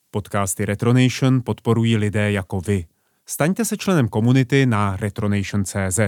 Podcasty Retronation podporují lidé jako vy. Staňte se členem komunity na retronation.cz.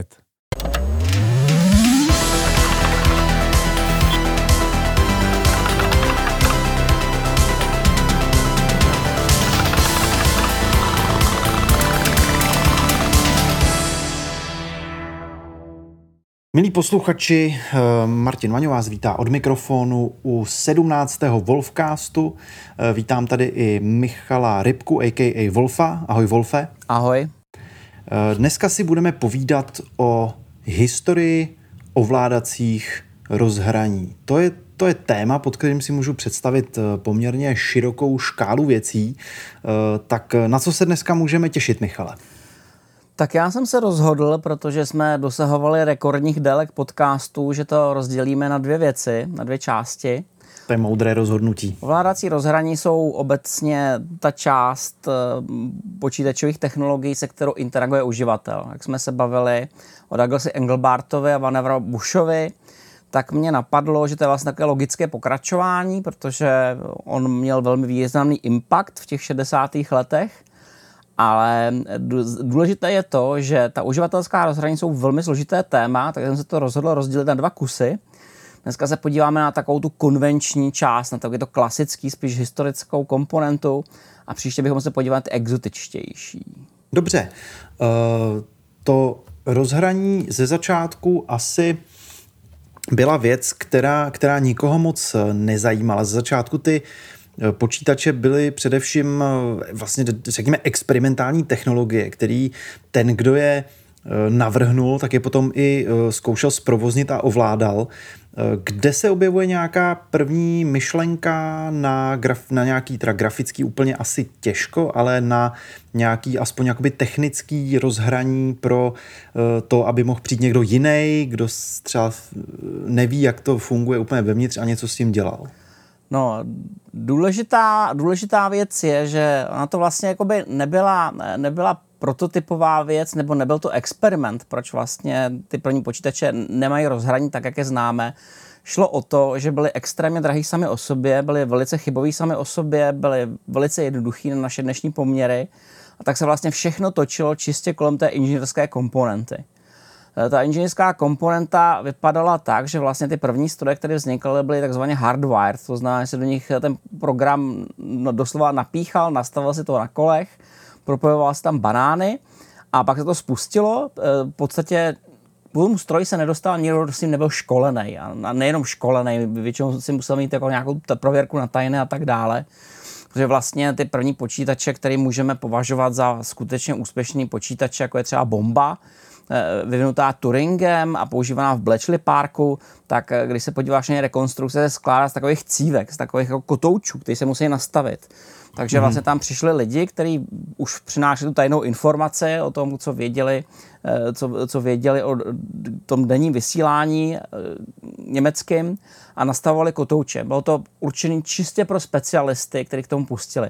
Milí posluchači, Martin Vaňo vás vítá od mikrofonu u 17. Wolfcastu. Vítám tady i Michala Rybku, a.k.a. Wolfa. Ahoj, Wolfe. Ahoj. Dneska si budeme povídat o historii ovládacích rozhraní. To je téma, pod kterým si můžu představit poměrně širokou škálu věcí. Tak na co se dneska můžeme těšit, Michale? Tak já jsem se rozhodl, protože jsme dosahovali rekordních délek podcastů, že to rozdělíme na dvě věci, na dvě části. To je moudré rozhodnutí. Ovládací rozhraní jsou obecně ta část počítačových technologií, se kterou interaguje uživatel. Jak jsme se bavili o Douglasi Engelbartovi a Vannevar Bushovi, tak mě napadlo, že to je vlastně takové logické pokračování, protože on měl velmi významný impact v těch 60. letech. Ale důležité je to, že ta uživatelská rozhraní jsou velmi složité téma, tak jsem se to rozhodl rozdělit na dva kusy. Dneska se podíváme na takovou tu konvenční část, na to klasický, spíš historickou komponentu a příště bychom se podívali na exotičtější. Dobře, to rozhraní ze začátku asi byla věc, která nikoho moc nezajímala. Ze začátku ty počítače byly především vlastně, řekněme, experimentální technologie, který ten, kdo je navrhnul, tak je potom i zkoušel zprovoznit a ovládal. Kde se objevuje nějaká první myšlenka na nějaký grafický, úplně asi těžko, ale na nějaký aspoň jakoby technický rozhraní pro to, aby mohl přijít někdo jiný, kdo třeba neví, jak to funguje úplně vevnitř a něco s tím dělal? No, důležitá věc je, že ona to vlastně jakoby nebyla prototypová věc, nebo nebyl to experiment, proč vlastně ty první počítače nemají rozhraní tak, jak je známe. Šlo o to, že byly extrémně drahý sami o sobě, byly velice chybový sami o sobě, byly velice jednoduchý na naše dnešní poměry a tak se vlastně všechno točilo čistě kolem té inženýrské komponenty. Ta inženýrská komponenta vypadala tak, že vlastně ty první stroje, které vznikly, byly takzvaně hardwired, to znamená, že se do nich ten program doslova napíchal, nastavil si to na kolech, propojoval si tam banány a pak se to spustilo. V podstatě k tomu stroji se nedostal nikdo, kdo s tím nebyl školený. A nejenom školený, většinou si musel mít jako nějakou prověrku na tajné a tak dále. Protože vlastně ty první počítače, které můžeme považovat za skutečně úspěšný počítače, jako je třeba bomba, vyvinutá Turingem a používaná v Bletchley Parku, tak když se podíváš na rekonstrukce, se skládá z takových cívek, z takových jako kotoučů, které se musí nastavit. Takže vlastně tam přišli lidi, kteří už přinášeli tu tajnou informaci o tom, co věděli o tom denním vysílání německým a nastavovali kotouče. Bylo to určené čistě pro specialisty, kteří k tomu pustili.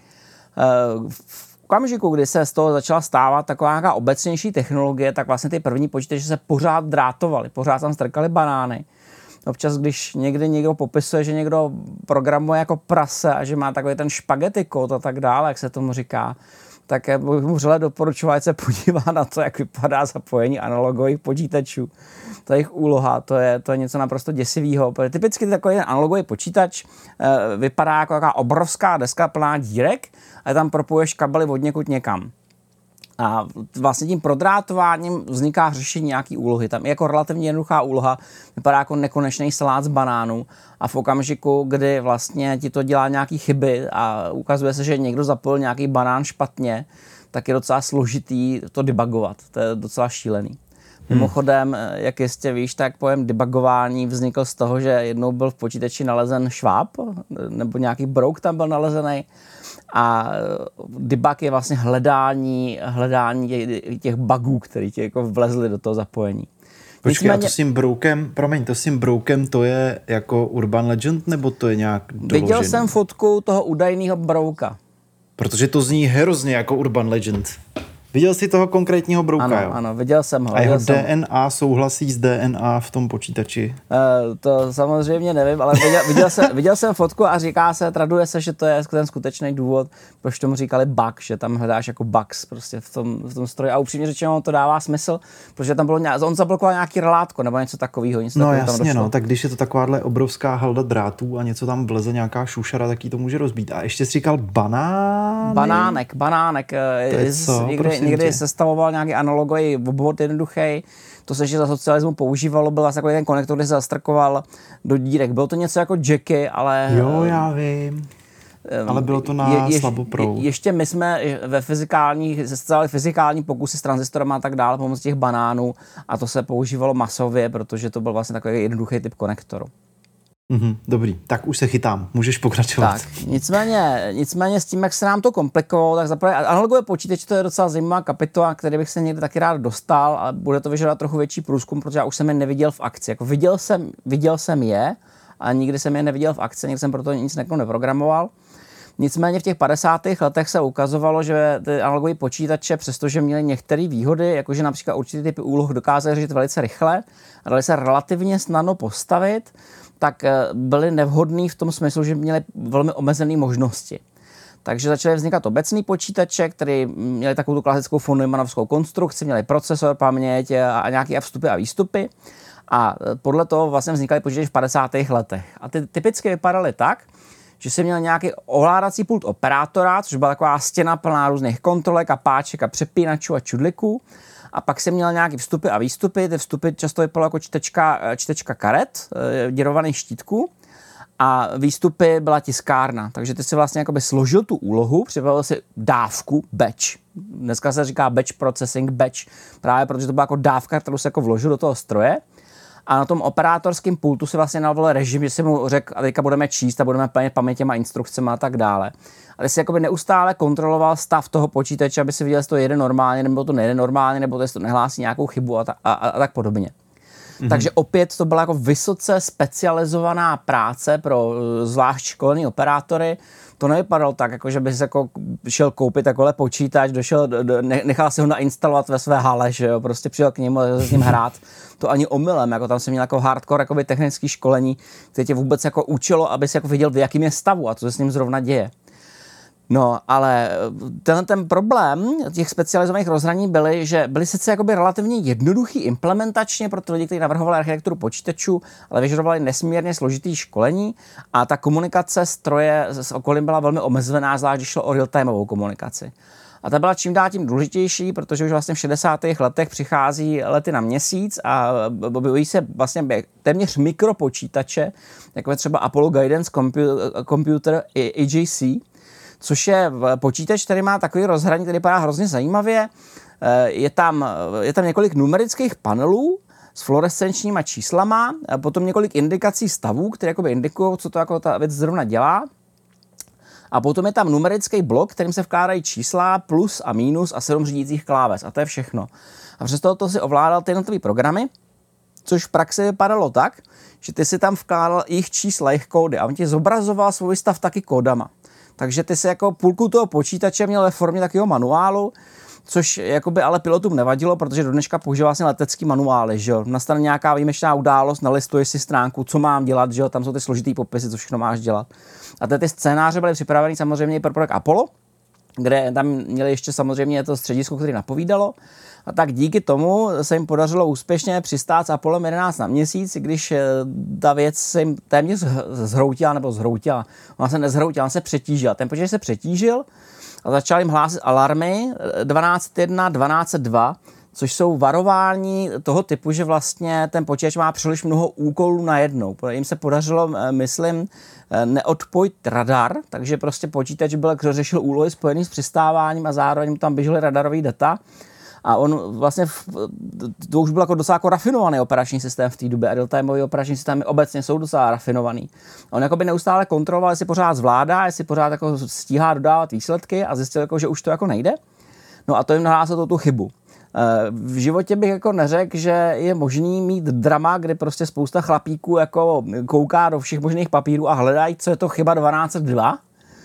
V okamžiku, kdy se z toho začala stávat taková nějaká obecnější technologie, tak vlastně ty první počítače se pořád drátovaly, pořád tam strkaly banány. Občas, když někdo popisuje, že někdo programuje jako prase a že má takový ten špagety kód a tak dále, jak se tomu říká, tak bych mu vřele doporučoval, ať se podívá na to, jak vypadá zapojení analogových počítačů. To je jejich úloha, to je něco naprosto děsivého. Typicky takový analogový počítač vypadá jako taková obrovská deska plná dírek a tam propojuješ kabely od někud někam. A vlastně tím prodrátováním vzniká řešení nějaký úlohy. Tam je jako relativně jednoduchá úloha, vypadá jako nekonečný salát z banánů a v okamžiku, kdy vlastně ti to dělá nějaký chyby a ukazuje se, že někdo zapojil nějaký banán špatně, tak je docela složitý to debugovat. To je docela šílený. Mimochodem, jak jistě víš, tak pojem debugování vznikl z toho, že jednou byl v počítači nalezen šváb, nebo nějaký brouk tam byl nalezený. A debug je vlastně hledání těch bugů, které ti jako vlezly do toho zapojení. Počkej, a to s tím broukem, to je jako urban legend, nebo to je nějak doložený? Viděl jsem fotku toho údajného brouka. Protože to zní hrozně jako urban legend. Viděl jsi toho konkrétního brouka, ano, jo? Ano, viděl jsem ho. A jeho DNA souhlasí s DNA v tom počítači? To samozřejmě nevím, ale viděl jsem fotku a říká se, traduje se, že to je ten skutečný důvod, proč tomu říkali bug, že tam hledáš jako bugs prostě v tom stroji. A upřímně řečeno to dává smysl, protože tam bylo on zablokoval nějaký relátko nebo něco takového. No jasně, no, tak když je to takováhle obrovská halda drátů a něco tam vleze, nějaká šušara, tak jí to může rozbít. A ještě jsi říkal banánek. Někdy sestavoval nějaký analogový obvod jednoduchý. To se ještě za socialismu používalo, byl takový ten konektor, kde se zastrkoval do dírek. Bylo to něco jako jacky, ale... Jo, já vím. Ale bylo to na slaboproud. Ještě my jsme ve fyzikální pokusy s tranzistorem a tak dále pomocí těch banánů a to se používalo masově, protože to byl vlastně takový jednoduchý typ konektoru. Dobrý, tak už se chytám, můžeš pokračovat. Tak, nicméně s tím, jak se nám to komplikovalo, tak zaprvé analogové počítače, to je docela zajímavá kapitola, který bych se někdy taky rád dostal, ale bude to vyžadovat trochu větší průzkum, protože já už jsem je neviděl v akci. Jako viděl jsem je, ale nikdy jsem je neviděl v akci, nikdy jsem proto nic neprogramoval. Nicméně v těch 50. letech se ukazovalo, že ty analogové počítače, přestože měly některé výhody, jakože například určitý typy úloh dokázaly řešit velice rychle a dali se relativně snadno postavit, tak byly nevhodný v tom smyslu, že měly velmi omezené možnosti. Takže začaly vznikat obecný počítače, které měly takovou tu klasickou von Neumannovskou konstrukci, měly procesor, paměť a nějaké vstupy a výstupy. A podle toho vlastně vznikaly počítače v 50. letech. A ty typicky vypadaly tak, že jsem měl nějaký ovládací pult operátora, což byla taková stěna plná různých kontrolek a páček a přepínačů a čudliků. A pak jsem měl nějaké vstupy a výstupy. Ty vstupy často vypadaly jako čtečka karet, děrovaných štítků. A výstupy byla tiskárna. Takže ty si vlastně jakoby složil tu úlohu, připravil si dávku, batch. Dneska se říká batch processing, batch, právě protože to byla jako dávka, kterou se jako vložil do toho stroje. A na tom operátorském pultu si vlastně navolil režim, že si mu řekl, a teďka budeme číst a budeme plnit pamětěma, instrukcemi a tak dále. A ty si jakoby neustále kontroloval stav toho počítače, aby si viděl, jestli to jede normálně, nebo to nejde normálně, nebo jestli to nehlásí nějakou chybu a tak podobně. Takže opět to byla jako vysoce specializovaná práce pro zvlášť školený operátory. To nevypadalo tak, jako že bys jako šel koupit takové počítač, nechal si ho nainstalovat ve své hale, že jo, prostě přijel k němu a s ním hrát. To ani omylem, jako tam jsem měl jako hardcore jakoby technické školení, které tě vůbec jako učilo, aby si jako viděl, v jakým je stavu a co se s ním zrovna děje. No, ale ten problém těch specializovaných rozhraní byly, že byly sice jakoby relativně jednoduchý implementačně pro ty lidi, kteří navrhovali architekturu počítačů, ale vyžadovali nesmírně složitý školení a ta komunikace stroje s okolím byla velmi omezená, zvlášť když šlo o real-timeovou komunikaci. A ta byla čím dál tím důležitější, protože už vlastně v 60. letech přichází lety na měsíc a objevují se vlastně téměř mikropočítače, jako je třeba Apollo Guidance Computer AGC, což je počítač, který má takový rozhraní, který vypadá hrozně zajímavě. Je tam několik numerických panelů s fluorescenčníma číslama, a potom několik indikací stavů, které jakoby indikují, co to jako ta věc zrovna dělá. A potom je tam numerický blok, kterým se vkládají čísla, plus a minus a 7 řídících kláves. A to je všechno. A přesto to si ovládal ty jednotlivé programy, což v praxi vypadalo tak, že ty si tam vkládal jejich čísla, jejich kódy a on ti zobrazoval svůj stav taky kódama. Takže ty si jako půlku toho počítače měl ve formě takového manuálu, což jakoby ale pilotům nevadilo, protože do dneška používal vlastně letecký manuály, že jo. Nastane nějaká výjimečná událost, nalistuješ si stránku, co mám dělat, že jo, tam jsou ty složitý popisy, co všechno máš dělat. A ty scénáře byly připraveny samozřejmě i pro projekt Apollo, kde tam měli ještě samozřejmě to středisko, které napovídalo. A tak díky tomu se jim podařilo úspěšně přistát s Apollem 11 na měsíc, když ta věc se jim téměř zhroutila. Ona se nezhroutila, ona se přetížila. Ten počítač se přetížil a začal jim hlásit alarmy 12.1, 12.2, což jsou varování toho typu, že vlastně ten počítač má příliš mnoho úkolů najednou. Jim se podařilo, myslím, neodpojit radar, takže prostě počítač řešil úlohy spojené s přistáváním a zároveň tam běžely radarový data. A on vlastně, to už byl jako docela jako rafinovaný operační systém v té době a real-timeový operační systémy obecně jsou docela rafinovaný. A on jakoby neustále kontroloval, jestli pořád zvládá, jestli pořád jako stíhá dodávat výsledky a zjistil, jako, že už to jako nejde. No a to jim nahlásilo tu chybu. V životě bych jako neřekl, že je možný mít drama, kdy prostě spousta chlapíků jako kouká do všech možných papírů a hledají, co je to chyba 12.2.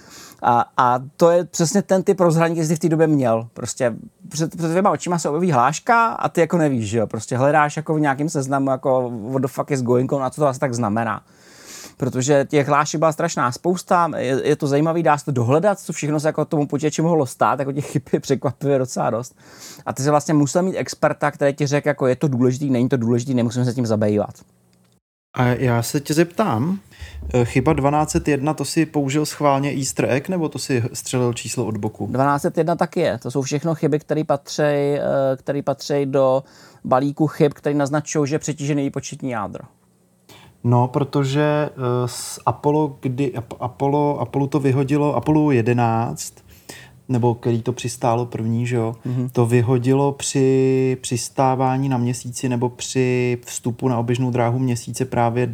A to je přesně ten typ rozhraní, který jsi v té době měl. Prostě před dvěma očima se objeví hláška a ty jako nevíš, že jo. Prostě hledáš jako v nějakém seznamu, jako what the fuck is going on a co to asi tak znamená. Protože těch hlášek byla strašná spousta, je to zajímavý, dá se to dohledat, co všechno se jako tomu počítači mohlo stát, jako těch chyb je překvapivě docela dost. A ty se vlastně musel mít experta, který ti řekl, jako je to důležitý, není to důležitý, nemusíme se tím zabývat. A já se tě zeptám, chyba 1201, to si použil schválně easter egg, nebo to si střelil číslo od boku? 1201 taky je. To jsou všechno chyby, které patří do balíku chyb, který naznačují, že je přetížený výpočetní jádro. No, protože z Apollo, kdy Apollo to vyhodilo, Apollo 11, nebo který to přistálo první, že jo, to vyhodilo při přistávání na měsíci nebo při vstupu na oběžnou dráhu měsíce právě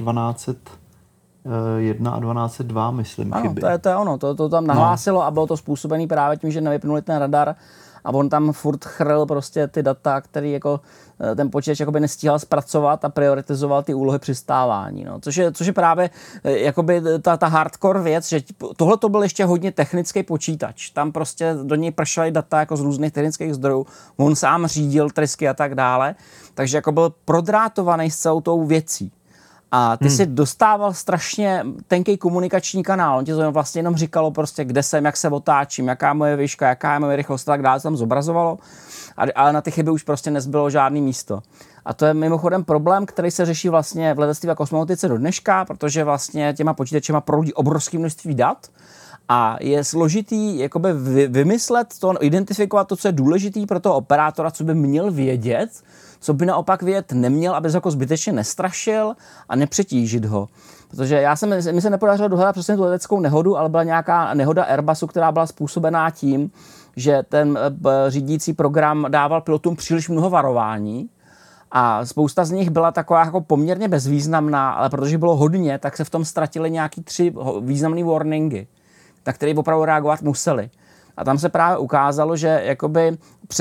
1201 a 1202, myslím, ano, chyby. To je ono, to tam nahlásilo a bylo to způsobené právě tím, že nevypnuli ten radar a on tam furt chrl prostě ty data, který jako ten počítač jakoby nestíhal zpracovat a prioritizoval ty úlohy přistávání. No. Což je právě jakoby ta hardcore věc, že tohle to byl ještě hodně technický počítač. Tam prostě do něj pršaly data jako z různých technických zdrojů. On sám řídil trysky a tak dále. Takže jako byl prodrátovaný s celou tou věcí. A ty si dostával strašně tenký komunikační kanál. On ti to vlastně jenom říkalo prostě, kde jsem, jak se otáčím, jaká je moje výška, jaká je moje rychlost a tak dále, tam zobrazovalo. Ale na ty chyby už prostě nezbylo žádný místo. A to je mimochodem problém, který se řeší vlastně v letectví a kosmonautice do dneška, protože vlastně těma počítačema proudí obrovské množství dat a je složitý jakoby vymyslet to, identifikovat to, co je důležitý pro toho operátora, co by měl vědět, co by naopak vědět neměl, aby se jako zbytečně nestrašil a nepřetížit ho. Protože mi se nepodařilo dohledat přesně tu leteckou nehodu, ale byla nějaká nehoda Airbusu, která byla způsobená tím, že ten řídící program dával pilotům příliš mnoho varování a spousta z nich byla taková jako poměrně bezvýznamná, ale protože bylo hodně, tak se v tom ztratili nějaký 3 významné warningy, na které opravdu reagovat museli. A tam se právě ukázalo, že jakoby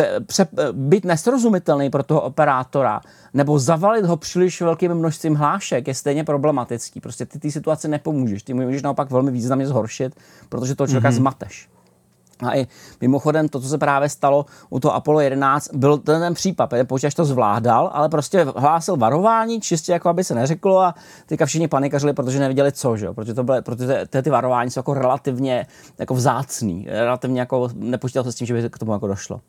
být nesrozumitelný pro toho operátora nebo zavalit ho příliš velkým množstvím hlášek je stejně problematický. Prostě ty té situaci nepomůžeš. Ty můžeš naopak velmi významně zhoršit, protože toho člověka zmateš. A i mimochodem to, co se právě stalo u toho Apollo 11, byl ten případ. Ten počítač to zvládal, ale prostě hlásil varování, čistě jako aby se neřeklo a teďka všichni panikařili, protože nevěděli co, že jo? Protože ty varování jsou jako relativně jako vzácný. Relativně jako nepočítal se s tím, že by k tomu jako došlo.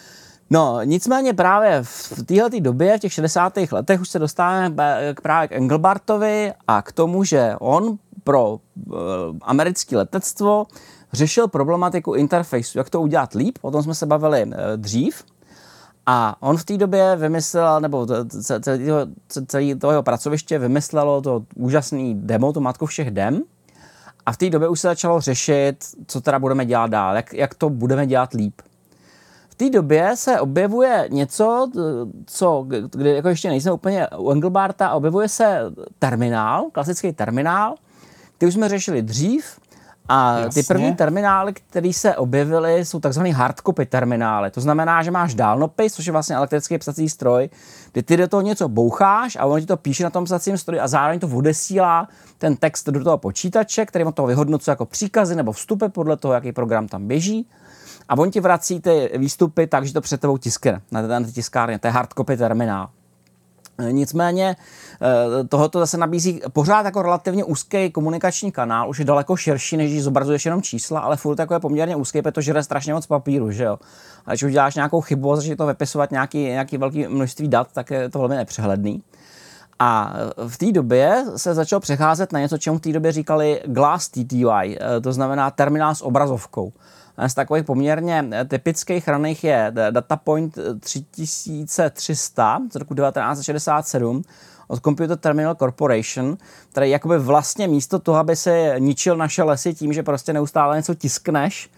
No, nicméně právě v téhleté době, v těch 60. letech, už se dostáváme právě k Engelbartovi a k tomu, že on pro americké letectvo řešil problematiku interfejsu, jak to udělat líp, o tom jsme se bavili dřív. A on v té době vymyslel, nebo celé to jeho pracoviště vymyslelo to úžasný demo, tu matku všech dem. A v té době už se začalo řešit, co teda budeme dělat dál, jak to budeme dělat líp. V té době se objevuje něco, kde jako ještě nejsme úplně u Engelbarta, objevuje se terminál, klasický terminál, který už jsme řešili dřív. A ty první terminály, které se objevily, jsou takzvaný hardcopy terminály. To znamená, že máš dálnopis, což je vlastně elektrický psací stroj, kdy ty do toho něco boucháš a on ti to píše na tom psacím stroji a zároveň to odesílá ten text do toho počítače, který on toho vyhodnocuje jako příkazy nebo vstupy podle toho, jaký program tam běží. A on ti vrací ty výstupy tak, že to před tebou tiskne na té tiskárně. To je hardcopy terminál. Nicméně tohoto zase nabízí pořád jako relativně úzký komunikační kanál, už je daleko širší, než když zobrazuješ jenom čísla, ale furt jako je poměrně úzký, protože žere strašně moc papíru, že jo. A když už děláš nějakou chybu a začneš to vypisovat nějaký velké množství dat, tak je to velmi nepřehledný. A v té době se začalo přecházet na něco, čemu v té době říkali Glass TTY, to znamená terminál s obrazovkou. Z takových poměrně typických raných je Datapoint 3300 z roku 1967 od Computer Terminal Corporation, který jakoby vlastně místo toho, aby se ničil naše lesy tím, že prostě neustále něco tiskneš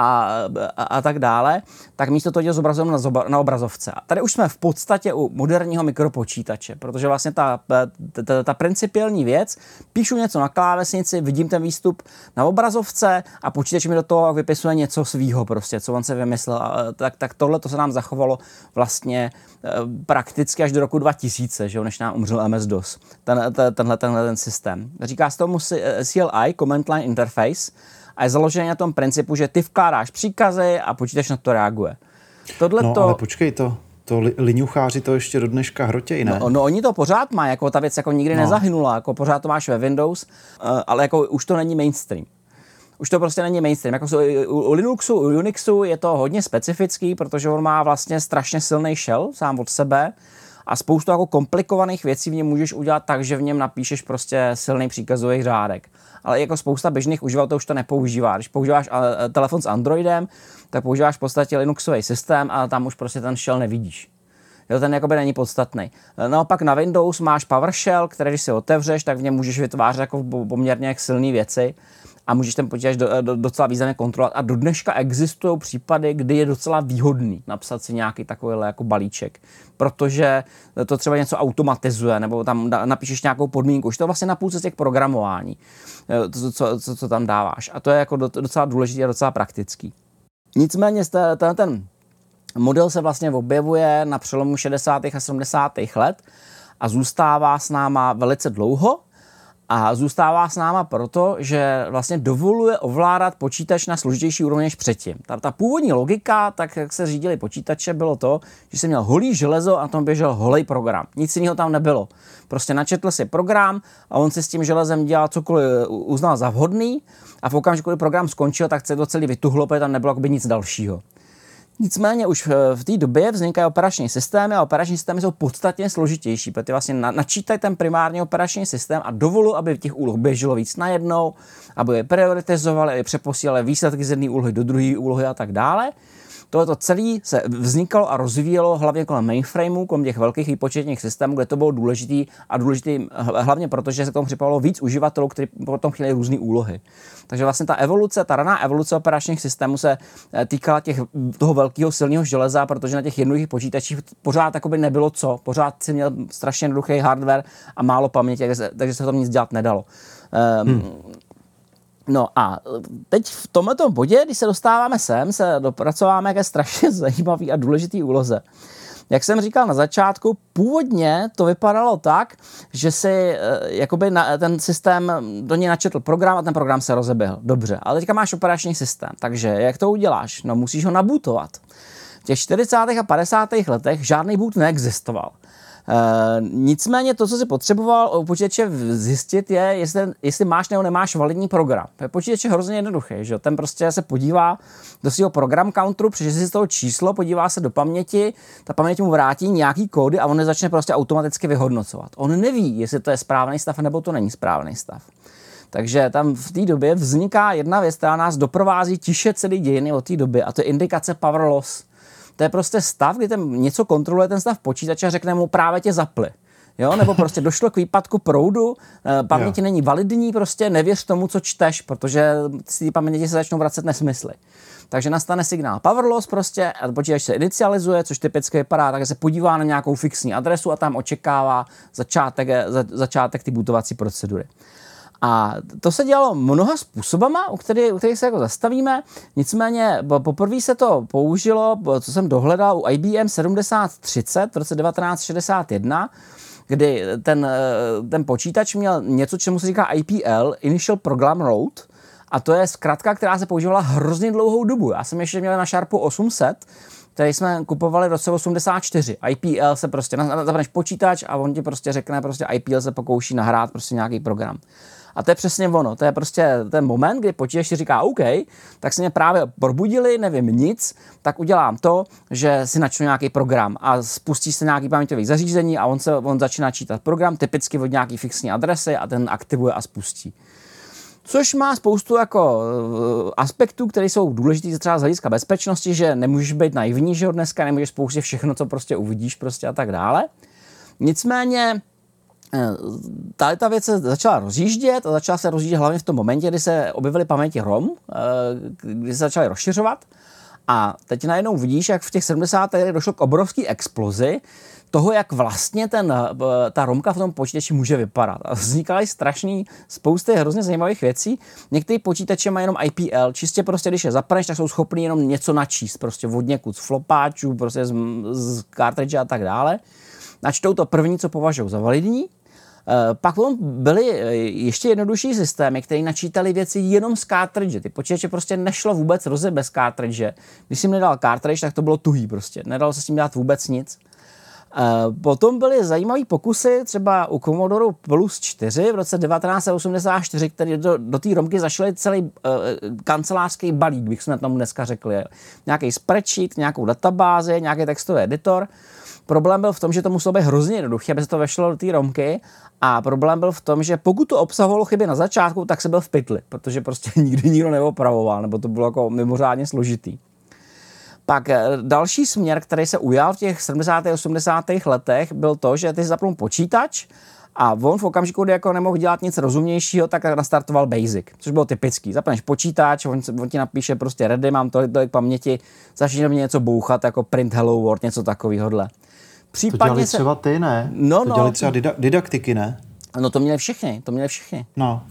a tak dále, tak místo toho tě zobrazujeme na obrazovce. A tady už jsme v podstatě u moderního mikropočítače, protože vlastně ta principiální věc, píšu něco na klávesnici, vidím ten výstup na obrazovce a počítač mi do toho vypisuje něco svýho prostě, co on se vymyslel. Tak tohle to se nám zachovalo vlastně prakticky až do roku 2000, že jo, než nám umřel MS-DOS, tenhle ten systém. Říká se tomu CLI, Command Line Interface, a je založený na tom principu, že ty vkládáš příkazy a počítač na to reaguje. Ale počkej, to liňucháři to ještě do dneška hrotějí, ne? No oni to pořád mají, jako ta věc jako nikdy nezahynula, jako pořád to máš ve Windows, ale jako už to není mainstream. Už to prostě není mainstream. Jako u Linuxu, u Unixu je to hodně specifický, protože on má vlastně strašně silný shell sám od sebe a spoustu jako komplikovaných věcí v něm můžeš udělat tak, že v něm napíšeš prostě silný příkazový řádek. Ale jako spousta běžných uživatelů už to nepoužívá. Když používáš telefon s Androidem, tak používáš v podstatě Linuxový systém a tam už prostě ten shell nevidíš. Jo, ten jakoby není podstatný. Naopak na Windows máš PowerShell, který když si otevřeš, tak v něm můžeš vytvářet jako poměrně silné věci a můžeš ten počítač docela významně kontrolovat. A do dneška existují případy, kdy je docela výhodný napsat si nějaký takovýhle jako balíček, protože to třeba něco automatizuje, nebo tam napíšeš nějakou podmínku. Už to vlastně na půl cestě k programování, co tam dáváš. A to je jako docela důležitý a docela praktický. Nicméně ten model se vlastně objevuje na přelomu 60. a 70. let a zůstává s náma velice dlouho a zůstává s náma proto, že vlastně dovoluje ovládat počítač na složitější úrovni než předtím. Ta původní logika, tak jak se řídili počítače, bylo to, že jsi měl holý železo a tam běžel holej program. Nic jiného tam nebylo. Prostě načetl si program a on si s tím železem dělal cokoliv uznal za vhodný a v okamžiku, kdy program skončil, tak se to celý vytuhlo, protože tam nebylo nic dalšího. Nicméně už v té době vznikají operační systémy a operační systémy jsou podstatně složitější, protože vlastně načítají ten primární operační systém a dovolují, aby těch úloh běželo víc najednou, aby je prioritizovali, aby přeposílali výsledky z jedné úlohy do druhé úlohy a tak dále. Tohleto celé se vznikalo a rozvíjelo hlavně kolem mainframeu, kolem těch velkých výpočetních systémů, kde to bylo důležitý hlavně proto, že se k tomu připojilo víc uživatelů, kteří potom chtěli různé úlohy. Takže vlastně ta raná evoluce operačních systémů se týkala toho velkého silného železa, protože na těch jednoduchých počítačích pořád nebylo co. Pořád si měl strašně jednoduchý hardware a málo paměti, takže se tam nic dělat nedalo. No a teď v tomto bodě, když se dostáváme sem, se dopracováme ke strašně zajímavý a důležitý úloze. Jak jsem říkal na začátku, původně to vypadalo tak, že si ten systém do něj načetl program a ten program se rozeběhl. Dobře, ale teďka máš operační systém, takže jak to uděláš? No musíš ho nabootovat. V těch 40. a 50. letech žádný boot neexistoval. Nicméně to, co si potřeboval u počítače zjistit, je, jestli máš nebo nemáš validní program. Počítač je hrozně jednoduchý, že? Ten prostě se podívá do svého program counteru, přečte si z toho číslo, podívá se do paměti, ta paměť mu vrátí nějaký kódy a on je začne prostě automaticky vyhodnocovat. On neví, jestli to je správný stav nebo to není správný stav. Takže tam v té době vzniká jedna věc, která nás doprovází tiše celý dějiny od té doby a to je indikace power loss. To je prostě stav, kdy něco kontroluje ten stav počítače a řekne mu právě tě zapli. Jo? Nebo prostě došlo k výpadku proudu, paměti není validní, prostě nevěř tomu, co čteš, protože z té paměti se začnou vracet nesmysly. Takže nastane signál power loss prostě a počítač se inicializuje, což typicky vypadá, takže se podívá na nějakou fixní adresu a tam očekává začátek ty bootovací procedury. A to se dělalo mnoha způsobama, u kterých se jako zastavíme, nicméně poprvé se to použilo, co jsem dohledal, u IBM 7030 v roce 1961, kdy ten počítač měl něco, čemu se říká IPL, Initial Program Load, a to je zkratka, která se používala hrozně dlouhou dobu. Já jsem ještě měl na Sharpu 800, který jsme kupovali v roce 84. IPL se prostě, zapneš počítač a on ti prostě řekne, prostě IPL se pokouší nahrát prostě nějaký program. A to je přesně ono, to je prostě ten moment, kdy počítač si říká OK, tak se mě právě probudili, nevím nic, tak udělám to, že si načnu nějaký program a spustí se nějaký paměťový zařízení a on začíná čítat program, typicky od nějaký fixní adresy a ten aktivuje a spustí. Což má spoustu jako aspektů, které jsou důležitý třeba z hlediska bezpečnosti, že nemůžeš být naivní, že dneska nemůžeš spustit všechno, co prostě uvidíš prostě a tak dále. Nicméně ta věc se začala rozjíždět a začala se rozjíždět hlavně v tom momentě, kdy se objevily paměti ROM, kdy se začaly rozšiřovat a teď najednou vidíš, jak v těch 70. letech došlo k obrovské explozi toho, jak vlastně ta romka v tom počítači může vypadat. A vznikaly spousty hrozně zajímavých věcí. Některé počítače mají jenom IPL, čistě prostě, když je zapneš, tak jsou schopni jenom něco načíst, prostě od někud z flopáčů, prostě z cartridge a tak dále. Načtou to první, co považují za validní, Pak byly ještě jednodušší systémy, které načítaly věci jenom z cartridge. Ty počítače prostě nešlo vůbec rozjet bez cartridge. Když jsem nedal cartridge, tak to bylo tuhý prostě. Nedalo se s tím dělat vůbec nic. Potom byly zajímavé pokusy třeba u Commodore Plus 4 v roce 1984, které do té romky zašly celý kancelářský balík, bych jsme tomu dneska řekli. Nějaký spreadsheet, nějakou databázi, nějaký textový editor. Problém byl v tom, že to muselo být hrozně jednoduché, aby se to vešlo do té romky, a problém byl v tom, že pokud to obsahovalo chyby na začátku, tak se byl v pytli, protože prostě nikdy nikdo neopravoval, nebo to bylo jako mimořádně složitý. Pak další směr, který se ujal v těch 70. a 80. letech, byl to, že ty si zapnul počítač a on v okamžiku, kdy jako nemohl dělat nic rozumnějšího, tak nastartoval Basic, což bylo typický. Zapneš počítač, on ti napíše prostě ready, mám tolik paměti, začne mě něco bouchat, jako print hello world, něco takovýhodle. To dělali třeba ty, ne? To dělali třeba didaktiky, ne? No to měli všichni. No.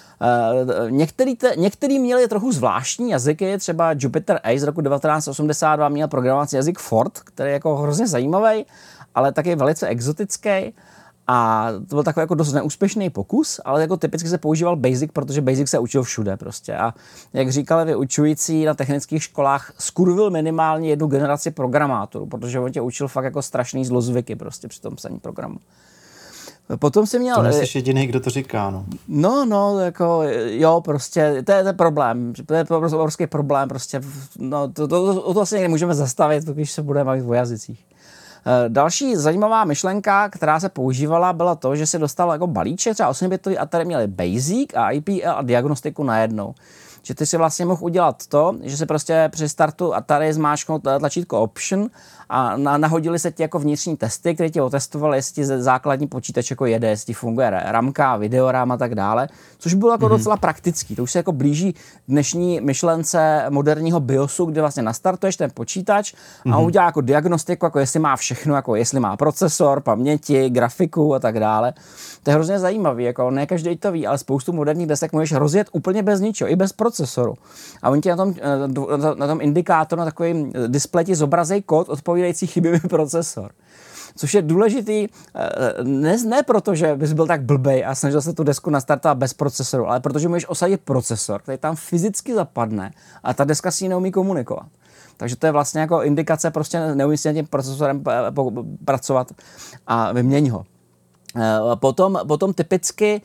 Některý měli trochu zvláštní jazyky, třeba Jupiter A z roku 1982 měl programovací jazyk Ford, který je jako hrozně zajímavý, ale taky velice exotický. A to byl takový jako dost neúspěšný pokus, ale jako typicky se používal Basic, protože Basic se učil všude prostě. A jak říkali vyučující na technických školách, skurvil minimálně jednu generaci programátorů, protože on tě učil fakt jako strašný zlozvyky prostě při tom psaní programu. Potom si měl... To nejsi jediný, kdo to říká, no. No, jako jo, prostě, to je problém. To je obrovský problém, prostě, no, to asi někdy můžeme zastavit, když se budeme bavit o jazycích. Další zajímavá myšlenka, která se používala, byla to, že si dostal jako balíček, třeba 8-bitový Atari měli Basic a IPL a diagnostiku najednou. Že ty si vlastně mohl udělat to, že se prostě při startu Atari zmáčknout tlačítko Option a nahodili se ti jako vnitřní testy, které ti otestovaly, jestli základní počítač jako jede, jestli funguje ramka, videorám a tak dále, což bylo jako docela praktický. To už se jako blíží dnešní myšlence moderního BIOSu, kde vlastně nastartuješ ten počítač a udělá jako diagnostiku, jako jestli má všechno, jako jestli má procesor, paměti, grafiku a tak dále. To je hrozně zajímavý, jako ne každý to ví, ale spoustu moderních desek můžeš rozjet úplně bez ničeho, i bez procesoru. A oni ti na tom indikátoru, na takovém displeji zobrazí kód odpovídající chybivý procesor. Což je důležitý ne proto, že bys byl tak blbej a snažil se tu desku nastartovat bez procesoru, ale protože můžeš osadit procesor, který tam fyzicky zapadne a ta deska si neumí komunikovat. Takže to je vlastně jako indikace, prostě neumí si tím procesorem pracovat a vyměň ho. Potom typicky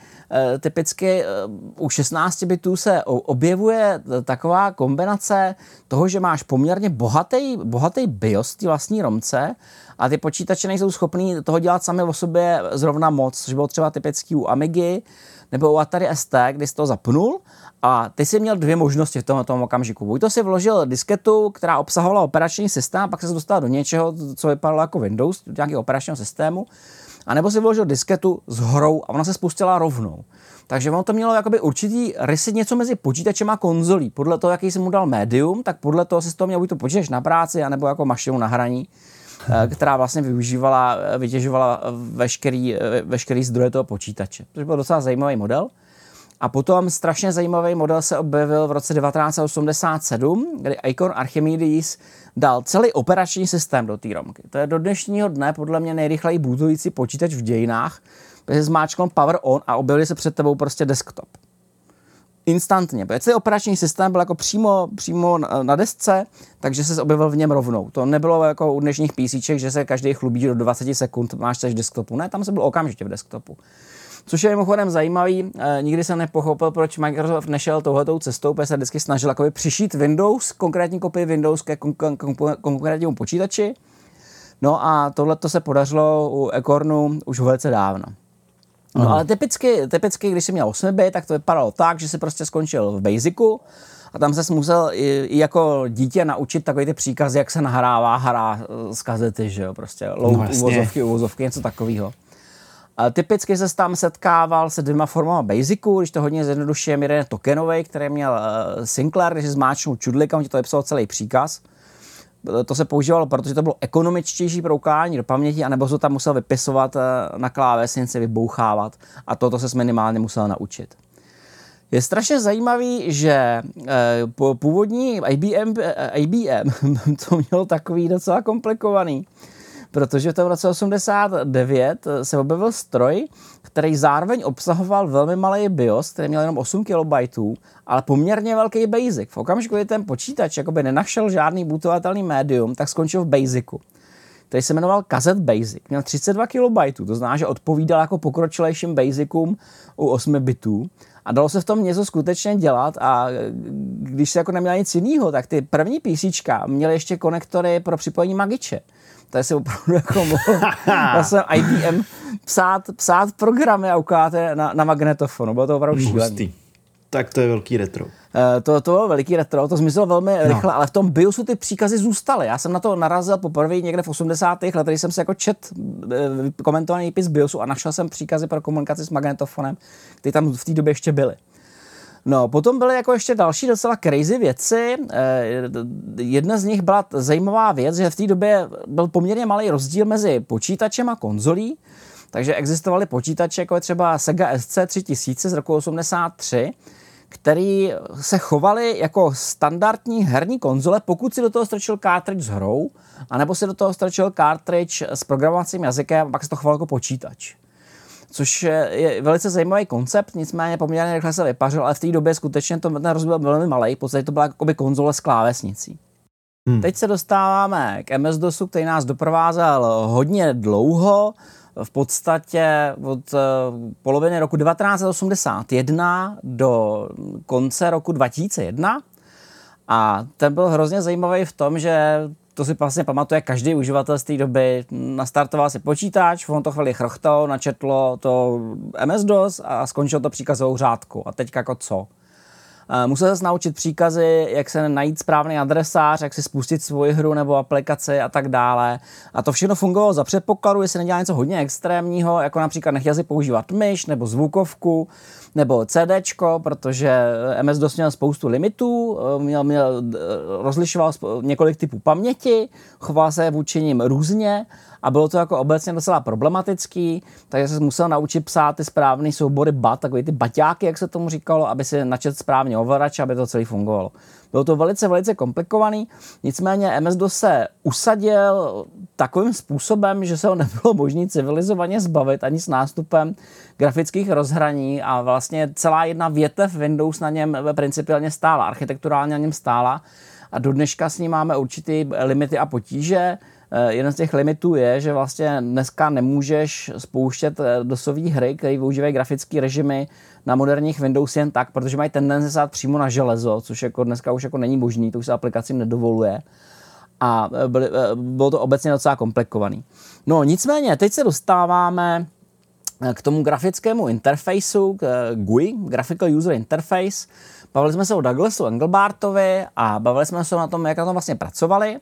u 16 bitů se objevuje taková kombinace toho, že máš poměrně bohatý BIOS té vlastní romce a ty počítače nejsou schopný toho dělat sami o sobě zrovna moc, což bylo třeba typický u Amigy nebo u Atari ST, kdy jsi to zapnul a ty jsi měl dvě možnosti v tom okamžiku. Buď to si vložil disketu, která obsahovala operační systém, a pak se dostal do něčeho, co vypadalo jako Windows, do nějakého operačního systému, a nebo si vložil disketu s hrou a ona se spustila rovnou. Takže ono to mělo jakoby určitý rysy něco mezi počítačem a konzolí. Podle toho, jaký jsem mu dal médium, tak podle toho si z toho měl buď to počítač na práci, anebo jako mašinu na hraní, která vlastně vytěžovala veškerý zdroje toho počítače. To byl docela zajímavý model. A potom strašně zajímavý model se objevil v roce 1987, kdy Icon Archimedes dal celý operační systém do té romky. To je do dnešního dne podle mě nejrychleji bootující počítač v dějinách, protože zmáčknul power on a objevil se před tebou prostě desktop. Instantně, protože celý operační systém byl jako přímo na desce, takže se objevil v něm rovnou. To nebylo jako u dnešních PCček, že se každý chlubí do 20 sekund máš v desktopu. Ne, tam se byl okamžitě v desktopu. Což je mimochodem zajímavý, nikdy jsem nepochopil, proč Microsoft nešel touhletou cestou, protože se vždycky snažil jakoby přišít Windows, konkrétní kopii Windows ke konkrétnímu počítači. No a tohleto se podařilo u Acornu už velice dávno. No ale typicky, když jsi měl 8-bit, tak to vypadalo tak, že jsi prostě skončil v Basicu a tam ses musel i jako dítě naučit takový ty příkazy, jak se nahrává hra z kazety, že jo, prostě load, uvozovky, něco takového. Typicky se tam setkával se dvěma formama Basicu, když to hodně zjednodušuje, jeden je tokenový, který měl Sinclair, když zmáčknul čudlika, on ti to vypsal celý příkaz. To se používalo, protože to bylo ekonomičtější pro ukládání do paměti, anebo se to tam musel vypisovat na klávesnici, vybouchávat a toto se minimálně musel naučit. Je strašně zajímavý, že původní IBM to mělo takový docela komplikovaný, protože v tom roce 89 se objevil stroj, který zároveň obsahoval velmi malý BIOS, který měl jenom 8 KB, ale poměrně velký BASIC. V okamžiku, kdy ten počítač jakoby nenašel žádný bootovatelný médium, tak skončil v BASICu, který se jmenoval Cassette Basic. Měl 32 KB, to znamená, že odpovídal jako pokročilejším BASICům u 8 bitů. A dalo se v tom něco skutečně dělat a když se jako neměla nic jiného, tak ty první PCčka měly ještě konektory pro připojení Magiče. Tady se opravdu jako mohl vlastně IBM psát programy a ukládat na magnetofonu. Bylo to opravdu šílené. Tak to je velký retro. To bylo veliký retro, to zmizelo velmi rychle, ale v tom BIOSu ty příkazy zůstaly. Já jsem na to narazil poprvé někde v 80. letech, když jsem se jako komentovaný výpis BIOSu a našel jsem příkazy pro komunikaci s magnetofonem, které tam v té době ještě byly. No, potom byly jako ještě další docela crazy věci. Jedna z nich byla zajímavá věc, že v té době byl poměrně malý rozdíl mezi počítačem a konzolí, takže existovaly počítače jako je třeba Sega SC3000 z roku 83, který se chovaly jako standardní herní konzole, pokud si do toho strčil cartridge s hrou, anebo si do toho strčil cartridge s programovacím jazykem a pak se to chovalo jako počítač. Což je velice zajímavý koncept, nicméně poměrně rychle se vypařil, ale v té době skutečně ten rozdíl byl velmi malý, v podstatě to byla jakoby konzole s klávesnicí. Teď se dostáváme k MS-DOSu, který nás doprovázel hodně dlouho, v podstatě od poloviny roku 1981 do konce roku 2001 a ten byl hrozně zajímavý v tom, že to si vlastně pamatuje každý uživatel z té doby. Nastartoval si počítač, on to chvíli chrchtal, načetlo to MS-DOS a skončilo to příkazovou řádku. A teď jako co? Musel se naučit příkazy, jak se najít správný adresář, jak si spustit svoji hru nebo aplikaci a tak dále. A to všechno fungovalo za předpokladu, jestli nedělá něco hodně extrémního, jako například nechtěl si používat myš nebo zvukovku nebo CDčko, protože MS-DOS měl spoustu limitů, rozlišoval několik typů paměti, choval se vůči nim různě a bylo to jako obecně docela problematický, takže se musel naučit psát ty správné soubory BAT, takový ty baťáky, jak se tomu říkalo, aby si načet správně ovladač, aby to celé fungovalo. Bylo to velice, velice komplikovaný, nicméně MS-DOS se usadil takovým způsobem, že se ho nebylo možné civilizovaně zbavit ani s nástupem grafických rozhraní a vlastně celá jedna větev Windows na něm principiálně stála, architekturálně na něm stála a do dneška s ním máme určitý limity a potíže. Jeden z těch limitů je, že vlastně dneska nemůžeš spouštět DOSové hry, které využívají grafické režimy na moderních Windows jen tak, protože mají tendenci sát přímo na železo, což jako dneska už jako není možný, to už se aplikacím nedovoluje. A bylo to obecně docela komplikovaný. No nicméně, teď se dostáváme k tomu grafickému interfejsu, k GUI, Graphical User Interface. Bavili jsme se o Douglasu Engelbartovi a bavili jsme se o tom, jak na tom vlastně pracovali.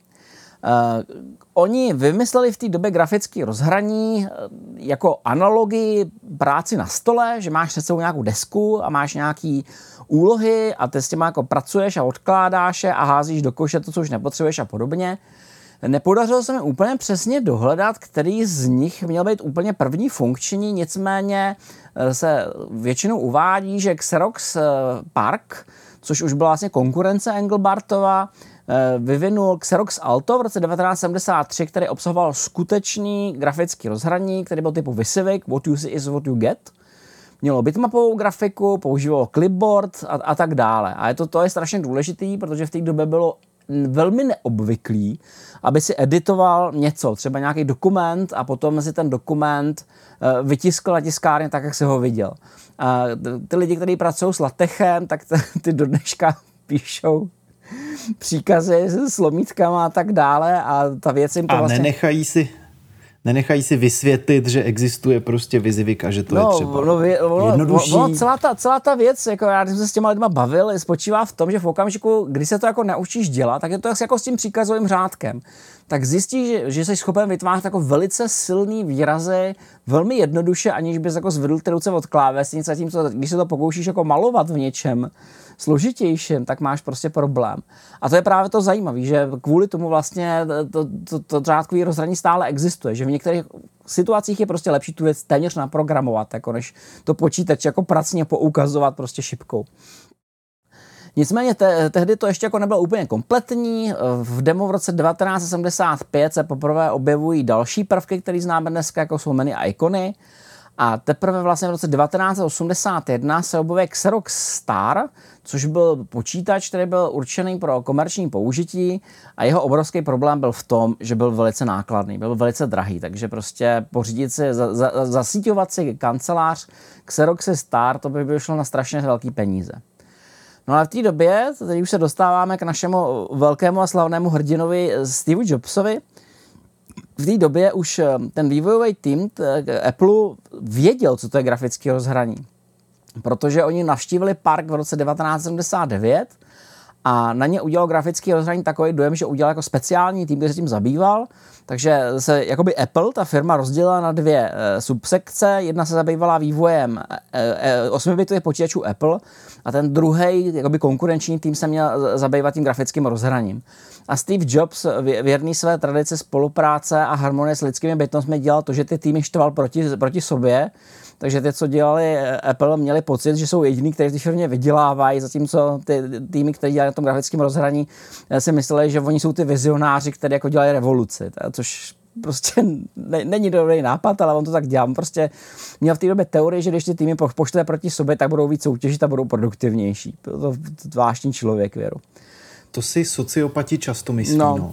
Oni vymysleli v té době grafické rozhraní jako analogii práci na stole, že máš před sebou nějakou desku a máš nějaký úlohy a ty s těma jako pracuješ a odkládáš je a házíš do koše to, co už nepotřebuješ a podobně. Nepodařilo se mi úplně přesně dohledat, který z nich měl být úplně první funkční, nicméně se většinou uvádí, že Xerox PARC, což už byla vlastně konkurence Engelbartova, vyvinul Xerox Alto v roce 1973, který obsahoval skutečný grafický rozhraní, který byl typu VisiVic, what you see is what you get. Mělo bitmapovou grafiku, používalo clipboard a tak dále. A to je strašně důležitý, protože v té době bylo velmi neobvyklý, aby si editoval něco, třeba nějaký dokument a potom si ten dokument vytiskl na tiskárně tak, jak si ho viděl. A ty lidi, kteří pracují s latechem, tak ty do dneška píšou příkazy s lomítkama a tak dále a ta věc jim to a vlastně... nenechají si vysvětlit, že existuje prostě VisiVic a že to je třeba jednodušší. Celá ta věc, jako já jsem se s těma lidma bavil, spočívá v tom, že v okamžiku, kdy se to jako naučíš dělat, tak je to jako s tím příkazovým řádkem. Tak zjistíš, že jsi schopen vytvářet jako velice silný výrazy, velmi jednoduše, aniž bys jako zvedl ty ruce od klávesnice, zatímco když se to pokoušíš jako malovat v něčem složitějším, tak máš prostě problém. A to je právě to zajímavé, že kvůli tomu vlastně to řádkový rozhraní stále existuje, že v některých situacích je prostě lepší tu věc téměř naprogramovat, jako než to počítač jako pracně poukazovat prostě šipkou. Nicméně tehdy to ještě jako nebylo úplně kompletní. V demo v roce 1975 se poprvé objevují další prvky, které známe dneska, jako jsou menu a ikony. A teprve vlastně v roce 1981 se objevuje Xerox Star, což byl počítač, který byl určený pro komerční použití a jeho obrovský problém byl v tom, že byl velice nákladný, byl velice drahý, takže prostě pořídit si, zasíťovat si kancelář Xerox Star, to by šlo na strašně velký peníze. No ale v té době, tady už se dostáváme k našemu velkému a slavnému hrdinovi Steve Jobsovi. V té době už ten vývojový tým Apple věděl, co to je grafické rozhraní. Protože oni navštívili park v roce 1979 a na ně udělal grafický rozhraní takový dojem, že udělal jako speciální tým, který se tím zabýval. Takže se jakoby Apple, ta firma, rozdělila na dvě subsekce. Jedna se zabývala vývojem 8-bitových počítačů Apple a ten druhý, jakoby konkurenční tým, se měl zabývat tím grafickým rozhraním. A Steve Jobs, věrný své tradici spolupráce a harmonie s lidskými bytostmi, dělal to, že ty týmy štval proti sobě. Takže ty, co dělali Apple, měli pocit, že jsou jediní, kteří v té firmě vydělávají, zatímco ty týmy, které dělají na tom grafickém rozhraní, si mysleli, že oni jsou ty vizionáři, kteří jako dělají revoluci, což prostě není dobrý nápad, ale on to tak dělá. On prostě měl v té době teorii, že když ty týmy pošlete proti sobě, tak budou víc soutěžit a budou produktivnější. To zvláštní člověk, věru. To si sociopati často myslí,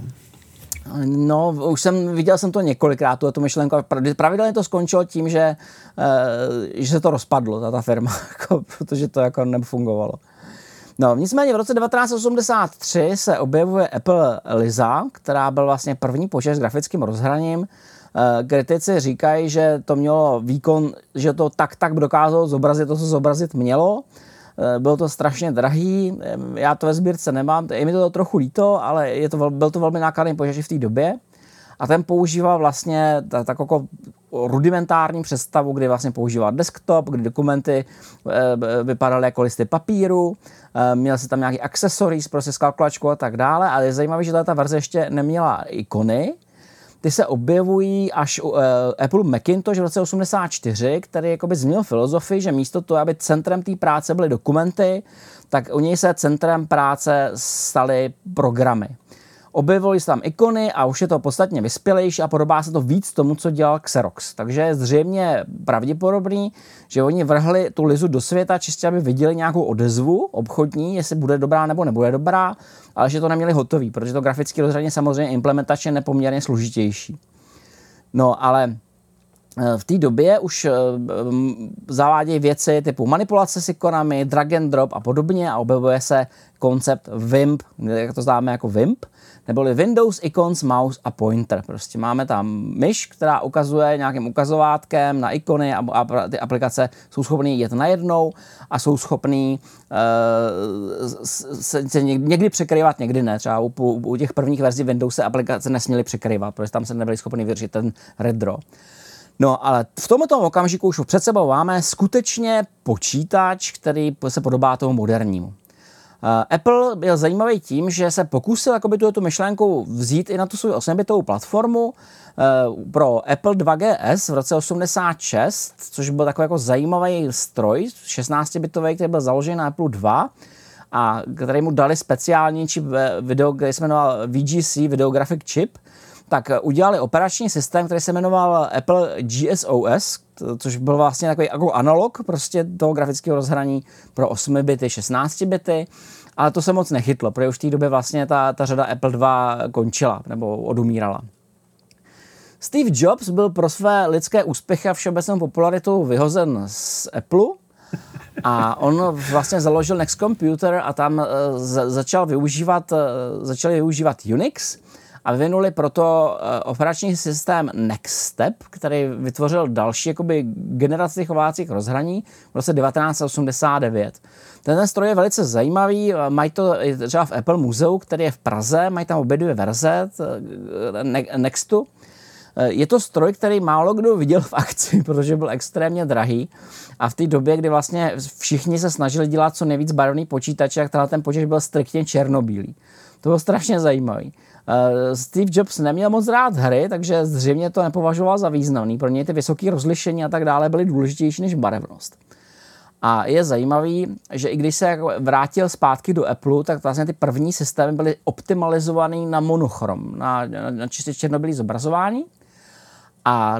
No, už viděl jsem to několikrát, tu myšlenku. Pravidelně to skončilo tím, že se to rozpadlo, ta firma, protože to jako nefungovalo. No, nicméně v roce 1983 se objevuje Apple Lisa, která byl vlastně první počítač s grafickým rozhraním. Kritici říkají, že to mělo výkon, že to tak dokázalo zobrazit to, co zobrazit mělo. Bylo to strašně drahý, já to ve sbírce nemám, je mi to trochu líto, ale byl to velmi nákladný počítač v té době. A ten používal vlastně takovou rudimentární představu, kdy vlastně používal desktop, kdy dokumenty vypadaly jako listy papíru, měl se tam nějaký accessories, prostě s kalkulačkou a tak dále, ale je zajímavé, že ta verze ještě neměla ikony. Ty se objevují až u Apple Macintosh v roce 1984, který jakoby změnil filozofii, že místo toho, aby centrem té práce byly dokumenty, tak u něj se centrem práce staly programy. Objevily se tam ikony a už je to podstatně vyspělejší a podobá se to víc tomu, co dělal Xerox. Takže je zřejmě pravděpodobný, že oni vrhli tu Lizu do světa čistě, aby viděli nějakou odezvu obchodní, jestli bude dobrá nebo nebude dobrá, ale že to neměli hotový, protože to grafické rozhraní samozřejmě implementačně nepoměrně složitější. No, ale v té době už zavádějí věci typu manipulace s ikonami, drag and drop a podobně a objevuje se koncept WIMP, jak to známe jako WIMP, neboli Windows, Icons, Mouse a Pointer. Prostě máme tam myš, která ukazuje nějakým ukazovátkem na ikony a ty aplikace jsou schopné jet najednou a jsou schopné se někdy překrývat, někdy ne. Třeba u těch prvních verzí Windows se aplikace nesměly překrývat, protože tam se nebyli schopni vyřešit ten retro. No, ale v tomto okamžiku už před sebou máme skutečně počítač, který se podobá tomu modernímu. Apple byl zajímavý tím, že se pokusil tu myšlenku vzít i na tu svou 8-bitovou platformu pro Apple 2GS v roce 86, což byl takový jako zajímavý stroj, 16-bitový, který byl založen na Apple 2 a který mu dali speciální čip video, který se jmenoval VGC, Video Graphic Chip, tak udělali operační systém, který se jmenoval Apple GSOS, což byl vlastně takový jako analog prostě toho grafického rozhraní pro 8 bity, 16 bity, ale to se moc nechytlo, protože už v té době vlastně ta řada Apple 2 končila nebo odumírala. Steve Jobs byl pro své lidské úspěchy a všeobecnou popularitu vyhozen z Apple a on vlastně založil Next Computer a tam začali využívat Unix a vyvinuli proto operační systém Nextstep, který vytvořil další generaci chovacích rozhraní v roce 1989. Ten stroj je velice zajímavý, mají to třeba v Apple muzeu, který je v Praze, mají tam obě dvě verze Nextu. Je to stroj, který málo kdo viděl v akci, protože byl extrémně drahý a v té době, kdy vlastně všichni se snažili dělat co nejvíc barevný počítače, tak ten počítač byl striktně černobílý. To bylo strašně zajímavý. Steve Jobs neměl moc rád hry, takže zřejmě to nepovažoval za významný. Pro něj ty vysoké rozlišení a tak dále byly důležitější než barevnost. A je zajímavý, že i když se jako vrátil zpátky do Apple, tak vlastně ty první systémy byly optimalizovaný na monochrom, na čistě černobílý zobrazování. A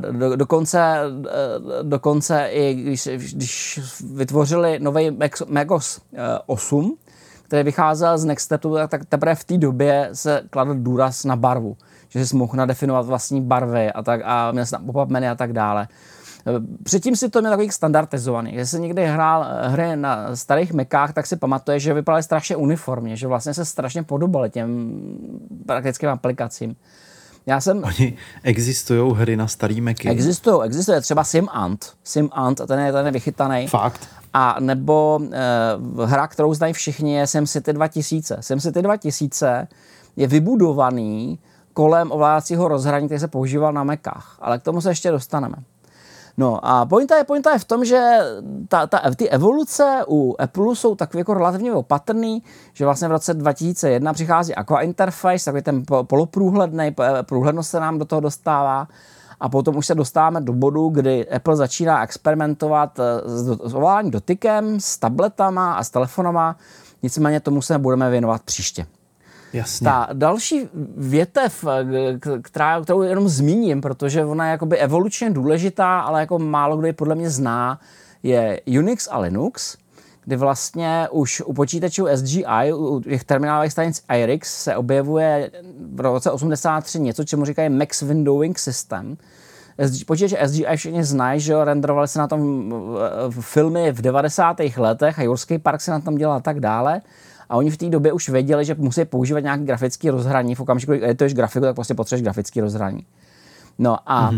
dokonce i když vytvořili nový macOS 8, který vycházel z Nextepu, tak teprve v té době se kladl důraz na barvu. Že jsi mohl nadefinovat vlastní barvy a měl jsi tam pop-up menu a tak dále. Předtím si to měl takový standardizovaný. Když jsi někdy hrál hry na starých Macách, tak si pamatuje, že vypadaly strašně uniformně, že vlastně se strašně podobaly těm praktickým aplikacím. Oni existují hry na starý Macy? Existuje třeba SimAnt, a ten je vychytaný. Fakt? A nebo hra, kterou znají všichni, je SimCity 2000. SimCity 2000 je vybudovaný kolem ovládacího rozhraní, který se používal na Macách. Ale k tomu se ještě dostaneme. No a pointa je v tom, že ty evoluce u Apple jsou takový jako relativně opatrný, že vlastně v roce 2001 přichází Aqua Interface, takový ten poloprůhledný, průhlednost se nám do toho dostává a potom už se dostáváme do bodu, kdy Apple začíná experimentovat s ovládáním dotykem, s tabletama a s telefonama, nicméně tomu se budeme věnovat příště. Jasně. Ta další větev, kterou jenom zmíním, protože ona je jakoby evolučně důležitá, ale jako málo kdo ji podle mě zná, je Unix a Linux, kdy vlastně už u počítačů SGI, u těch terminálových stanic IRIX se objevuje v roce 83 něco, čemu říkají Max Windowing System. Počítače SGI všichni znají, že renderovali se na tom filmy v 90. letech a Jurský park se na tom dělal a tak dále. A oni v té době už věděli, že musí používat nějaké grafické rozhraní. V okamžiku, kdy edituješ grafiku, tak prostě potřebuješ grafické rozhraní. No a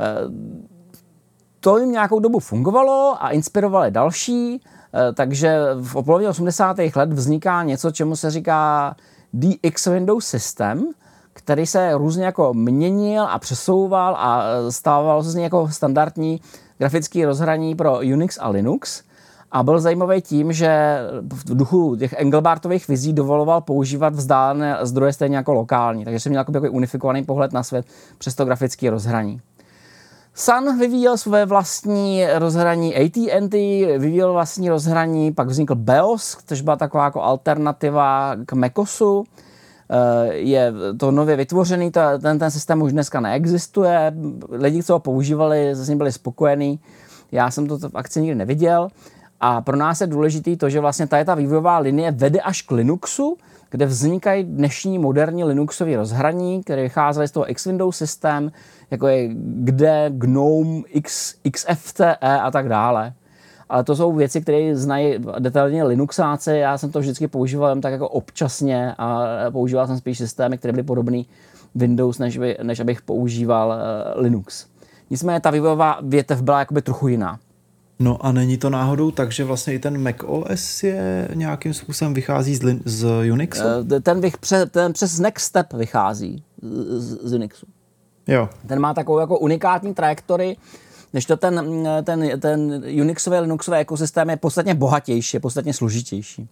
to jim nějakou dobu fungovalo a inspirovali další, takže v polovině 80. let vzniká něco, čemu se říká DX Windows System, který se různě jako měnil a přesouval a stával se z něj jako standardní grafické rozhraní pro Unix a Linux. A byl zajímavý tím, že v duchu těch Engelbartových vizí dovoloval používat vzdálené zdroje stejně jako lokální. Takže jsem měl takový unifikovaný pohled na svět přes to grafické rozhraní. Sun vyvíjel své vlastní rozhraní, AT&T vyvíjel vlastní rozhraní, pak vznikl BEOS, což byla taková jako alternativa k MacOSu. Je to nově vytvořený, ten systém už dneska neexistuje. Lidi, co ho používali, s ním byli spokojení. Já jsem to v akci nikdy neviděl. A pro nás je důležitý to, že vlastně ta vývojová linie vede až k Linuxu, kde vznikají dnešní moderní Linuxové rozhraní, které vycházely z toho X-Windows systém, jako je GDE, GNOME, XFCE a tak dále. Ale to jsou věci, které znají detailně Linuxáci. Já jsem to vždycky používal jen tak jako občasně a používal jsem spíš systémy, které byly podobné Windows, než abych používal Linux. Nicméně ta vývojová větev byla jakoby trochu jiná. No a není to náhodou tak, že vlastně i ten macOS je nějakým způsobem vychází z Unixu? Ten přes Next Step vychází z Unixu. Jo. Ten má takovou jako unikátní trajektorii, než to ten Unixový, Linuxový ekosystém je podstatně bohatější, je podstatně složitější.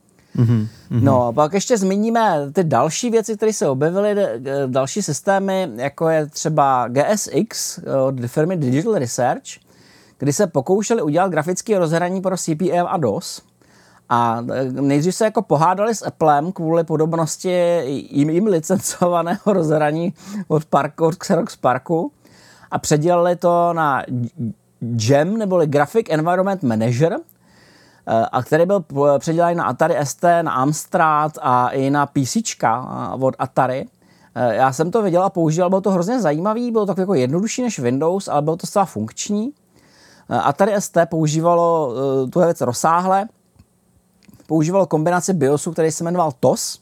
No, pak ještě zmíníme ty další věci, které se objevily, další systémy, jako je třeba GSX od firmy Digital Research, kdy se pokoušeli udělat grafické rozhraní pro CP/M a DOS. A nejdřív se jako pohádali s Applem kvůli podobnosti jim licencovaného rozhraní od Xerox Parku a předělali to na GEM, neboli Graphic Environment Manager, a který byl předělaný na Atari ST, na Amstrad a i na PCčka od Atari. Já jsem to viděl a používal, bylo to hrozně zajímavý, bylo to jako jednodušší než Windows, ale bylo to zcela funkční. Atari ST používalo tu věc rozsáhle, používalo kombinaci BIOSu, který se jmenoval TOS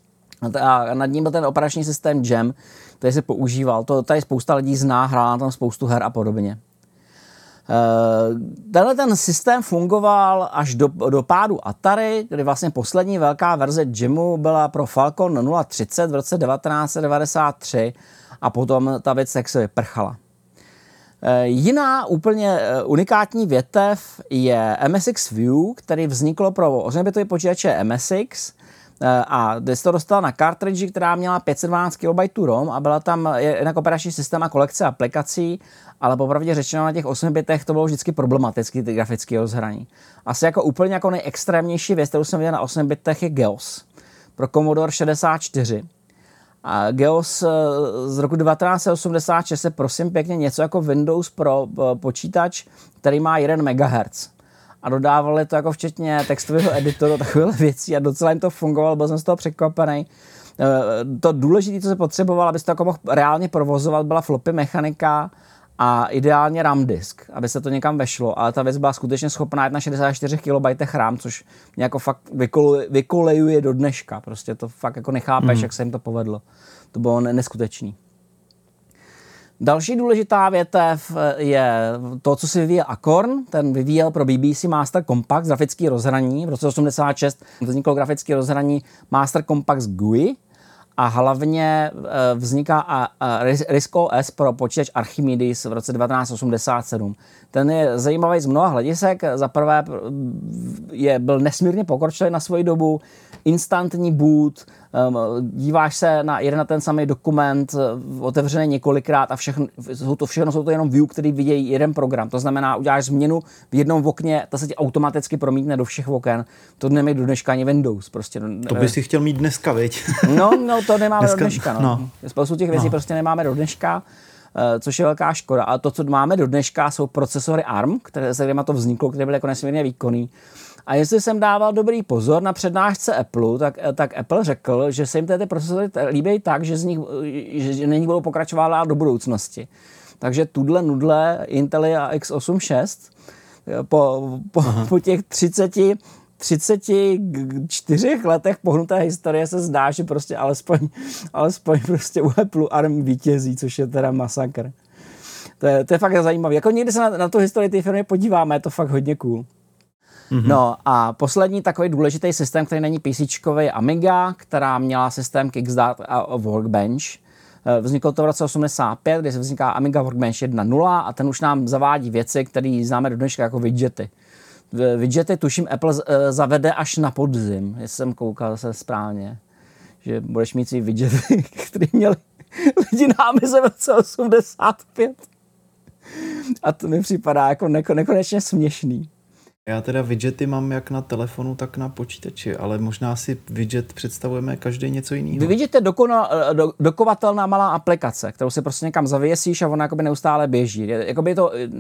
a nad ním byl ten operační systém GEM, který se používal. To tady spousta lidí zná, hrála na tom spoustu her a podobně. Tenhle ten systém fungoval až do pádu Atari, kdy vlastně poslední velká verze GEMu byla pro Falcon 030 v roce 1993 a potom ta věc tak se vyprchala. Jiná úplně unikátní větev je MSX View, který vzniklo pro 8-bitový počítače MSX, A jsi to dostal na cartridge, která měla 512 KB ROM a byla tam jednak operační systém a kolekce aplikací, ale popravdě řečeno na těch 8 bitech to bylo vždycky problematické, ty grafické rozhraní. Asi jako úplně jako nejextrémnější věc, kterou jsem viděl na 8 bitech, je GEOS pro Commodore 64. A GEOS z roku 1986 je prosím pěkně něco jako Windows pro počítač, který má 1 MHz. A dodávali to jako včetně textového editoru, takovéhle věcí a docela jim to fungovalo, byl jsem z toho překvapený. To důležité, co se potřeboval, aby se to jako mohl reálně provozovat, byla floppy mechanika a ideálně RAM disk, aby se to někam vešlo, ale ta věc byla skutečně schopná jít na 64 KB RAM, což mě jako fakt vykolejuje do dneška, prostě to fakt jako nechápeš, jak se jim to povedlo. To bylo neskutečný. Další důležitá větev je to, co si vyvíjel Acorn. Ten vyvíjel pro BBC Master Compact grafický rozhraní. V roce 1986 vzniklo grafické rozhraní Master Compact GUI a hlavně vzniká RISC-OS pro počítač Archimedes v roce 1987. Ten je zajímavý z mnoha hledisek. Za prvé byl nesmírně pokročilý na svoji dobu, instantní boot, díváš se na jeden a ten samý dokument, otevřený několikrát a všechno jsou to jenom view, který vidějí jeden program. To znamená, uděláš změnu v jednom okně, ta se ti automaticky promítne do všech oken. To nemá do dneška ani Windows. Prostě. To by si chtěl mít dneska, viď? No, to nemáme do dneška. No. Spoustu těch věcí prostě nemáme do dneška, což je velká škoda. A to, co máme do dneška, jsou procesory ARM, se kterými to vzniklo, které byly jako nesmírně výkonný. A jestli jsem dával dobrý pozor na přednášce Apple, tak Apple řekl, že se jim ty procesory líbí tak, že že na nich budou pokračovat do budoucnosti. Takže tudle nudle Intel a x86 po těch 34 letech pohnuté historie se zdá, že prostě alespoň prostě u Apple ARM vítězí, což je teda masakr. To je fakt zajímavé. Jako někdy se na tu historii té firmy podíváme, je to fakt hodně cool. No a poslední takový důležitý systém, který není PCčkový, je Amiga, která měla systém Kickstart a Workbench. Vzniklo to v roce 85, kdy se vzniká Amiga Workbench 1.0 a ten už nám zavádí věci, které známe do dneška jako widgety. Widgety tuším Apple zavede až na podzim, jestli jsem koukal se správně, že budeš mít svý widgety, který měli lidi na Amize v roce 85. A to mi připadá jako nekonečně směšný. Já teda widgety mám jak na telefonu, tak na počítači, ale možná si widget představujeme každý něco jiného. Widget je dokovatelná malá aplikace, kterou si prostě někam zavěsíš a ona jakoby neustále běží. Jakoby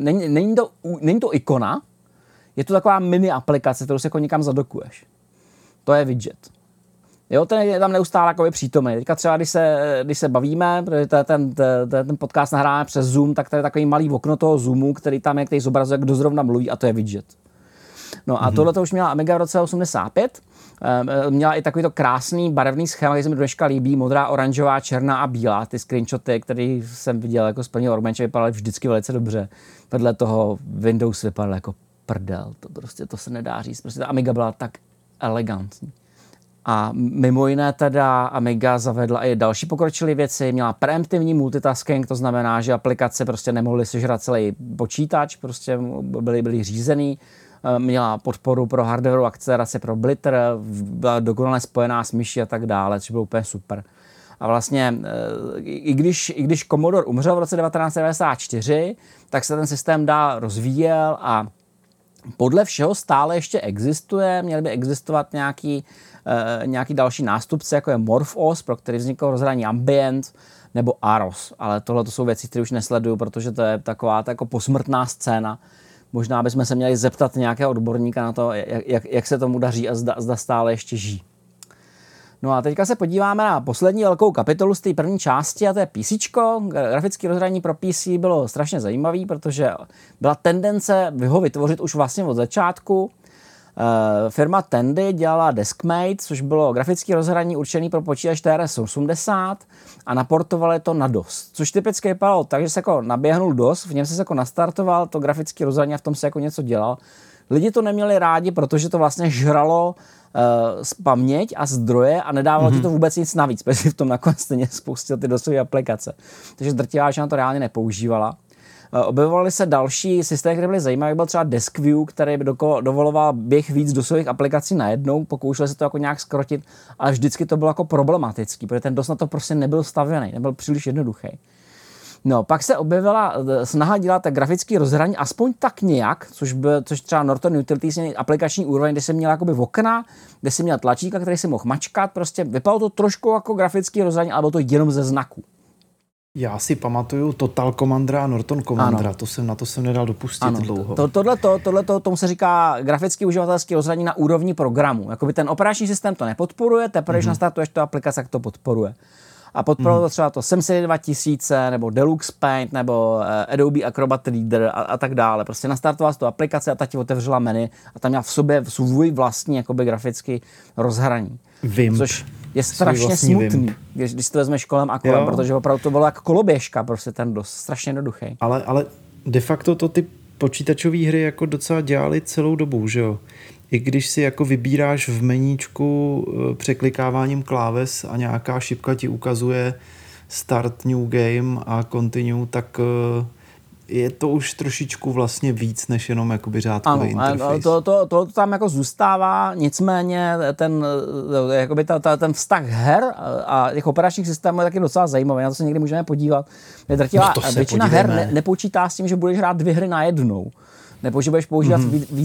není to ikona, je to taková mini aplikace, kterou si jako někam zadokuješ. To je widget. Jo, ten je tam neustále jakoby přítomný. Teďka třeba, když se bavíme, protože ten podcast nahráme přes Zoom, tak tady je takový malý okno toho Zoomu, který tam je, který zobrazuje, kdo zrovna mluví, a to je widget. No a tohle to už měla Amiga v roce 85. Měla i takovýto krásný barevný schéma, který se mi do dneška líbí, modrá, oranžová, černá a bílá. Ty screenshoty, které jsem viděl jako z plného Workbenche, vypadaly vždycky velice dobře. Vedle toho Windows vypadal jako prdel. To se nedá říct. Prostě ta Amiga byla tak elegantní. A mimo jiné teda Amiga zavedla i další pokročilé věci. Měla preemptivní multitasking, to znamená, že aplikace prostě nemohly sežrat celý počítač, prostě byly řízený. Měla podporu pro hardwareovou akceleraci, pro blitter, byla dokonale spojená s myší a tak dále, což bylo úplně super. A vlastně, i když Commodore umřel v roce 1994, tak se ten systém dál rozvíjel a podle všeho stále ještě existuje. Měly by existovat nějaký další nástupce, jako je MorphOS, pro který vzniklo rozhraní Ambient, nebo AROS. Ale tohle to jsou věci, které už nesleduju, protože to je taková jako posmrtná scéna. Možná bychom se měli zeptat nějakého odborníka na to, jak se tomu daří a zda stále ještě žijí. No a teďka se podíváme na poslední velkou kapitolu z té první části a to je PCčko. Grafické rozhraní pro PC bylo strašně zajímavý, protože byla tendence ho vytvořit už vlastně od začátku. Firma Tandy dělala Deskmate, což bylo grafické rozhraní určený pro počítač TRS-80 a naportovali to na DOS. Což typicky vypadalo tak, že se jako naběhnul DOS, v něm se jako nastartoval to grafické rozhraní a v tom se jako něco dělal. Lidi to neměli rádi, protože to vlastně žralo paměť a zdroje a nedávalo ti to vůbec nic navíc, protože v tom nakonec stejně spustil ty DOSové aplikace. Takže drtivá většina to reálně nepoužívala. Objevovaly se další systémy, které byly zajímavé, byl třeba DeskView, který by dovoloval běh víc dosových aplikací najednou, pokoušeli se to jako nějak zkrotit, ale vždycky to bylo jako problematický, protože ten DOS na to prostě nebyl stavěný, nebyl příliš jednoduchý. No, pak se objevila snaha dělat grafický rozhraní aspoň tak nějak, což třeba Norton Utilities je aplikační úroveň, kde jsem měl jakoby okna, kde jsem měl tlačítka, který jsem mohl mačkat, prostě vypadalo to trošku jako grafický rozhraní, ale bylo to jenom ze znaku. Já si pamatuju Total Commandera a Norton Commandera, na to jsem nedal dopustit dlouho. Tohleto, tomu se říká grafický uživatelský rozhraní na úrovni programu. Jakoby ten operační systém to nepodporuje, teprve, když nastartuješ tu aplikaci, tak to podporuje. A podporovalo to třeba to SimCity 2000, nebo Deluxe Paint, nebo Adobe Acrobat Reader a tak dále. Prostě nastartovala tu aplikaci a ta ti otevřela menu a tam měla v sobě svůj vlastní jakoby grafický rozhraní. Vím. Což je strašně smutný, když si to vezmeš kolem a kolem, protože opravdu to bylo jako koloběžka, prostě ten DOS, strašně jednoduchý. Ale de facto to ty počítačové hry jako docela dělali celou dobu, že jo? I když si jako vybíráš v meníčku překlikáváním kláves a nějaká šipka ti ukazuje start new game a continue, tak je to už trošičku vlastně víc než jenom jakoby řádkový interface. To tam jako zůstává, nicméně ten vztah her a těch operačních systémů je taky docela zajímavý, na to se někdy můžeme podívat. Většina her nepočítá s tím, že budeš hrát 2 hry najednou. Nebo že budeš používat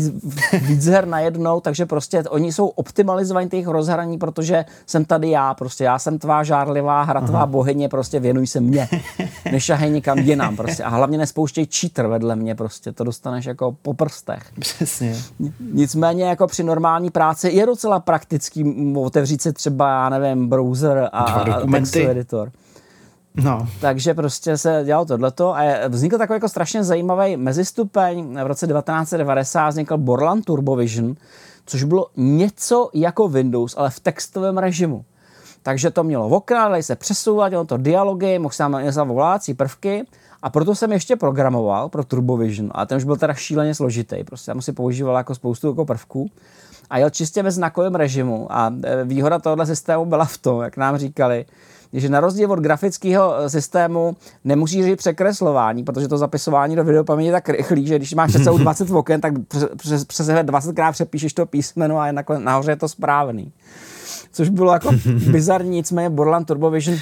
víc her najednou, takže prostě oni jsou optimalizovaní těch rozhraní, protože jsem tady já jsem tvá žárlivá hratová bohyně, prostě věnuj se mně, nešahej nikam jinam prostě a hlavně nespouštěj cheater vedle mě, prostě to dostaneš jako po prstech. Přesně. Nicméně jako při normální práci je docela praktický otevřít si třeba, já nevím, browser a textový editor. No. Takže prostě se dělalo tohleto a vznikl takový jako strašně zajímavý mezistupeň. V roce 1990 vznikl Borland Turbovision, což bylo něco jako Windows, ale v textovém režimu. Takže to mělo okna, dali se přesouvat, mělo to dialogy, mohl se tam volávací prvky a proto jsem ještě programoval pro Turbovision, ale ten už byl teda šíleně složitý, prostě tam si používal jako spoustu jako prvků a jel čistě ve znakovém režimu a výhoda tohoto systému byla v tom, jak nám říkali, že na rozdíl od grafického systému nemusíš říct překreslování, protože to zapisování do videopaměti je tak rychlý, že když máš před sebou 20 oken, tak přes 20krát přepíšeš to písmeno a nahoře je to správný. Což bylo jako bizarní, nicméně Borland Turbovision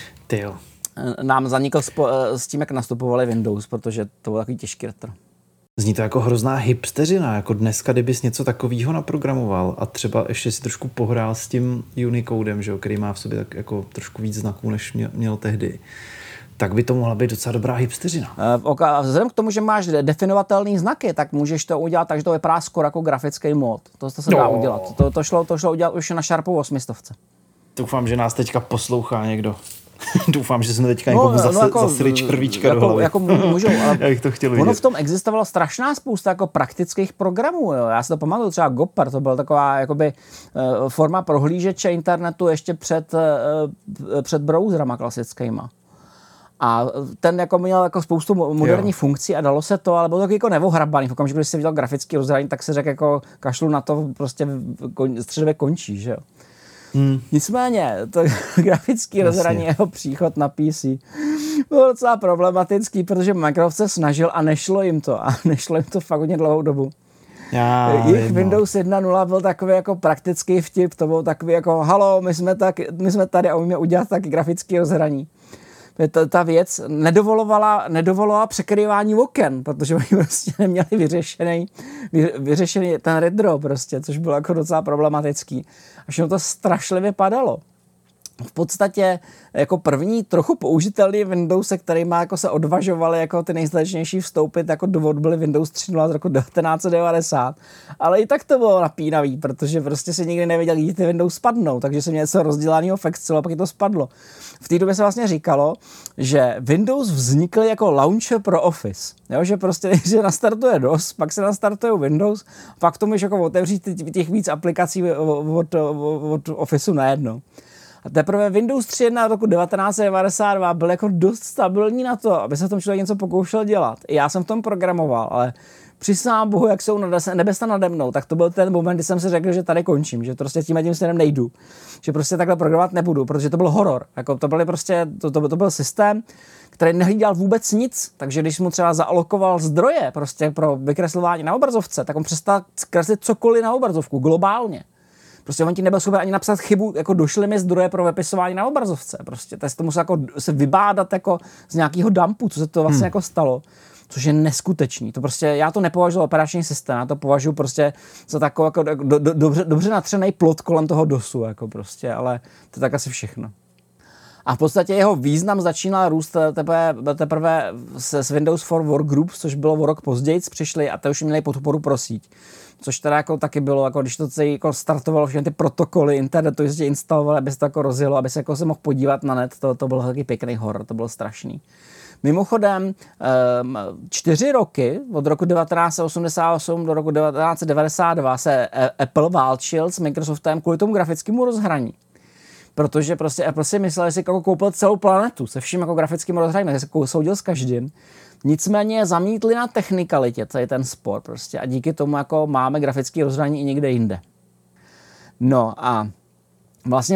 nám zanikl s tím, jak nastupovali Windows, protože to bylo takový těžký retro. Zní to jako hrozná hipsteřina, jako dneska, kdybys něco takového naprogramoval a třeba ještě si trošku pohrál s tím Unicodem, že, který má v sobě tak jako trošku víc znaků, než měl tehdy, tak by to mohla být docela dobrá hipsteřina. Vzhledem k tomu, že máš definovatelné znaky, tak můžeš to udělat tak, že to vypadá skoro jako grafický mod. To se dá udělat. To šlo udělat už na Sharpu 800. Doufám, že nás teďka poslouchá někdo. Doufám, že jsme teďka zasili červíčka do hlavy. Jako můžou, ale já bych to chtěl vidět. Ono v tom existovalo strašná spousta jako praktických programů. Jo. Já si to pamatuju, třeba Gopper, to byla taková jakoby, forma prohlížeče internetu ještě před browserama klasickýma. A ten jako měl jako spoustu moderních funkcí a dalo se to, ale bylo to jako nevohrabaný. V okamžiku, když jsi viděl grafický rozhraní, tak se řekl jako kašlu na to, prostě středově končí, že jo. Nicméně, to grafický rozhraní, jeho příchod na PC bylo docela problematický, protože Microsoft se snažil a nešlo jim to. A nešlo jim to fakt hodně dlouhou dobu. Jejich Windows 1.0 byl takový jako praktický vtip, to bylo takový jako halo, my jsme tady a umíme udělat taky grafický rozhraní. Ta věc nedovolovala překrývání oken, protože oni prostě neměli vyřešený ten retro prostě, což bylo jako docela problematický. A všechno to strašlivě padalo. V podstatě jako první trochu použitelný Windows, který má jako se odvažovali jako ty nejstatečnější vstoupit, jako důvod byly Windows 3.0 z roku 1990. Ale i tak to bylo napínavý, protože prostě si nikdy nevěděl, kdy ty Windows spadnou, takže jsem měl něco rozdělaného v Excelu a pak to spadlo. V té době se vlastně říkalo, že Windows vznikl jako launcher pro Office. Jo, že prostě když se nastartuje DOS, pak se nastartuje Windows, pak to můžeš jako otevřít těch víc aplikací od Officeu najednou. A teprve Windows 3.1 roku 1992 byl jako dost stabilní na to, aby se v tom člověk něco pokoušel dělat. I já jsem v tom programoval, ale přisám Bohu, jak jsou nebesa nade mnou, tak to byl ten moment, kdy jsem si řekl, že tady končím, že prostě tím směrem nejdu. Že prostě takhle programovat nebudu, protože to byl horor. Jako to byl systém, který nehlídal vůbec nic, takže když mu třeba zaalokoval zdroje prostě pro vykreslování na obrazovce, tak on přestal kreslit cokoliv na obrazovku globálně. Prostě on ti nebyl schopen ani napsat chybu, jako došly mi zdroje pro vypisování na obrazovce. Prostě to musel jako se vybádat jako z nějakého dumpu, co se to vlastně jako stalo. Což je neskutečný. To prostě, já to nepovažuji za operační systém, já to považuji prostě za takový jako dobře natřený plot kolem toho DOSu, jako prostě, ale to je tak asi všechno. A v podstatě jeho význam začínal růst teprve s Windows for Workgroups, což bylo o rok později, přišli a to už měli podporu pro síť. Což teda jako taky bylo, jako když to jako startovalo všechny ty protokoly internetu, že instalovali, aby se to jako rozjelo, aby se jako se mohl podívat na net, to byl taky pěkný horor, to bylo strašný. Mimochodem 4 roky, od roku 1988 do roku 1992 se Apple válčil s Microsoftem kvůli tomu grafickému rozhraní. Protože prostě Apple si myslel, že si jako koupil celou planetu se vším jako grafickým rozhraním, takže se soudil s každým. Nicméně zamítli na technikalitě celý ten spor prostě a díky tomu jako máme grafický rozhraní i někde jinde. No a vlastně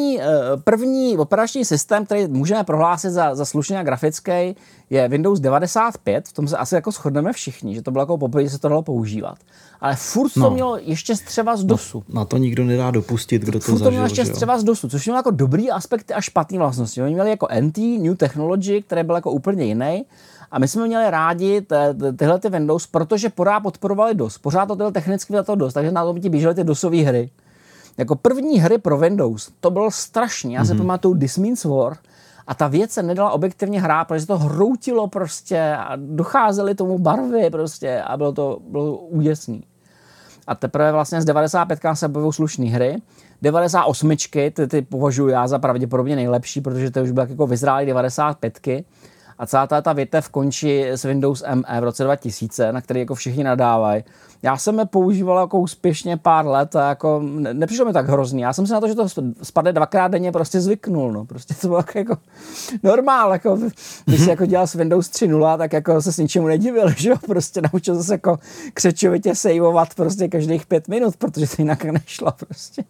první operační systém, který můžeme prohlásit za slušně a grafický, je Windows 95, v tom se asi jako shodneme všichni, že to bylo jako poprvé, že se to dalo používat. Ale furt to mělo ještě střeva z DOSu. Na to nikdo nedá dopustit, kdo to zažil. Furt to mělo ještě střeva z DOSu, což mělo jako dobrý aspekty a špatný vlastnosti. Oni měli jako NT, New Technology, který byl jako úplně jiný. A my jsme měli rádi tyhle ty Windows, protože pořád podporovali DOS. Pořád to bylo technicky za to DOS, takže na tom ti běžely ty DOSové hry. Jako první hry pro Windows, to bylo strašný. Já si pamatuju This Means War a ta věc se nedala objektivně hrát, protože to hroutilo prostě a docházely tomu barvy prostě a bylo úděsný. A teprve vlastně z 95 se objevují slušné hry. 98 ty považuji já za pravděpodobně nejlepší, protože to už bylo jako vyzrálý 95. A celá ta větev končí s Windows ME v roce 2000, na který jako všichni nadávají. Já jsem je používal jako úspěšně pár let a jako nepřišlo mi tak hrozný. Já jsem si na to, že to spadne 2krát denně, prostě zvyknul. No. Prostě to bylo jako normál. Jako, když jsi jako dělal s Windows 3.0, tak jako se s ničemu nedivil, že jo? Prostě naučil se jako křečovitě saveovat prostě každých 5 minut, protože to jinak nešlo prostě.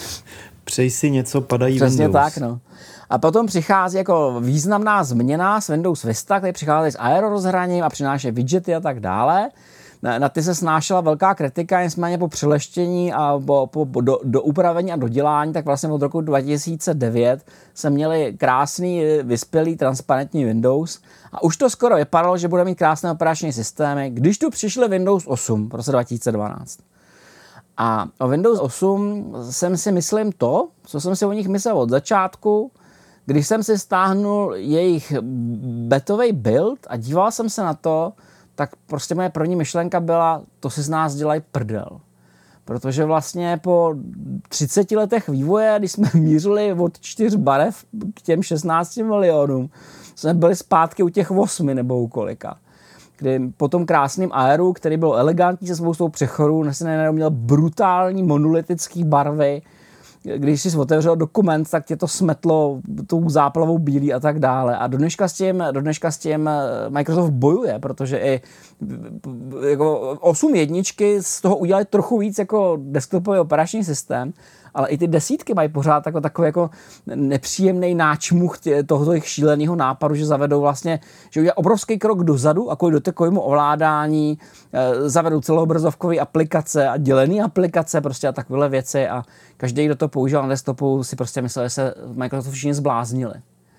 Přej si něco, padají přesně Windows. Tak, no. A potom přichází jako významná změna s Windows Vista, který přichází s aerorozhraním a přináší widgety a tak dále. Na ty se snášela velká kritika, nicméně po přeleštění a do upravení a dodělání, tak vlastně od roku 2009 se měli krásný, vyspělý, transparentní Windows a už to skoro vypadalo, že bude mít krásné operační systémy, když tu přišly Windows 8 v roce 2012. A o Windows 8 jsem si myslím to, co jsem si o nich myslel od začátku, když jsem si stáhnul jejich betový build a díval jsem se na to, tak prostě moje první myšlenka byla, to si z nás dělají prdel. Protože vlastně po 30 letech vývoje, když jsme mířili od 4 barev k těm 16 milionům, jsme byli zpátky u těch 8 nebo u kolika. Kdy po tom krásným Aeru, který byl elegantní se spoustou přechodů, si měl brutální monolitický barvy. Když jsi otevřel dokument, tak tě to smetlo tou záplavou bílý a tak dále. A do dneška s tím Microsoft bojuje, protože i jako 8 jedničky z toho udělali trochu víc jako desktopový operační systém, ale i ty desítky mají pořád takový jako nepříjemný náčmuch tohoto jejich šíleného nápadu, že zavedou vlastně, že udělají obrovský krok dozadu a kvůli dotekovému ovládání zavedou celoobrazovkové aplikace a dělené aplikace prostě a takovéhle věci a každý, kdo to používal na desktopu, si prostě myslel, že se Microsoft všichni zbláznili.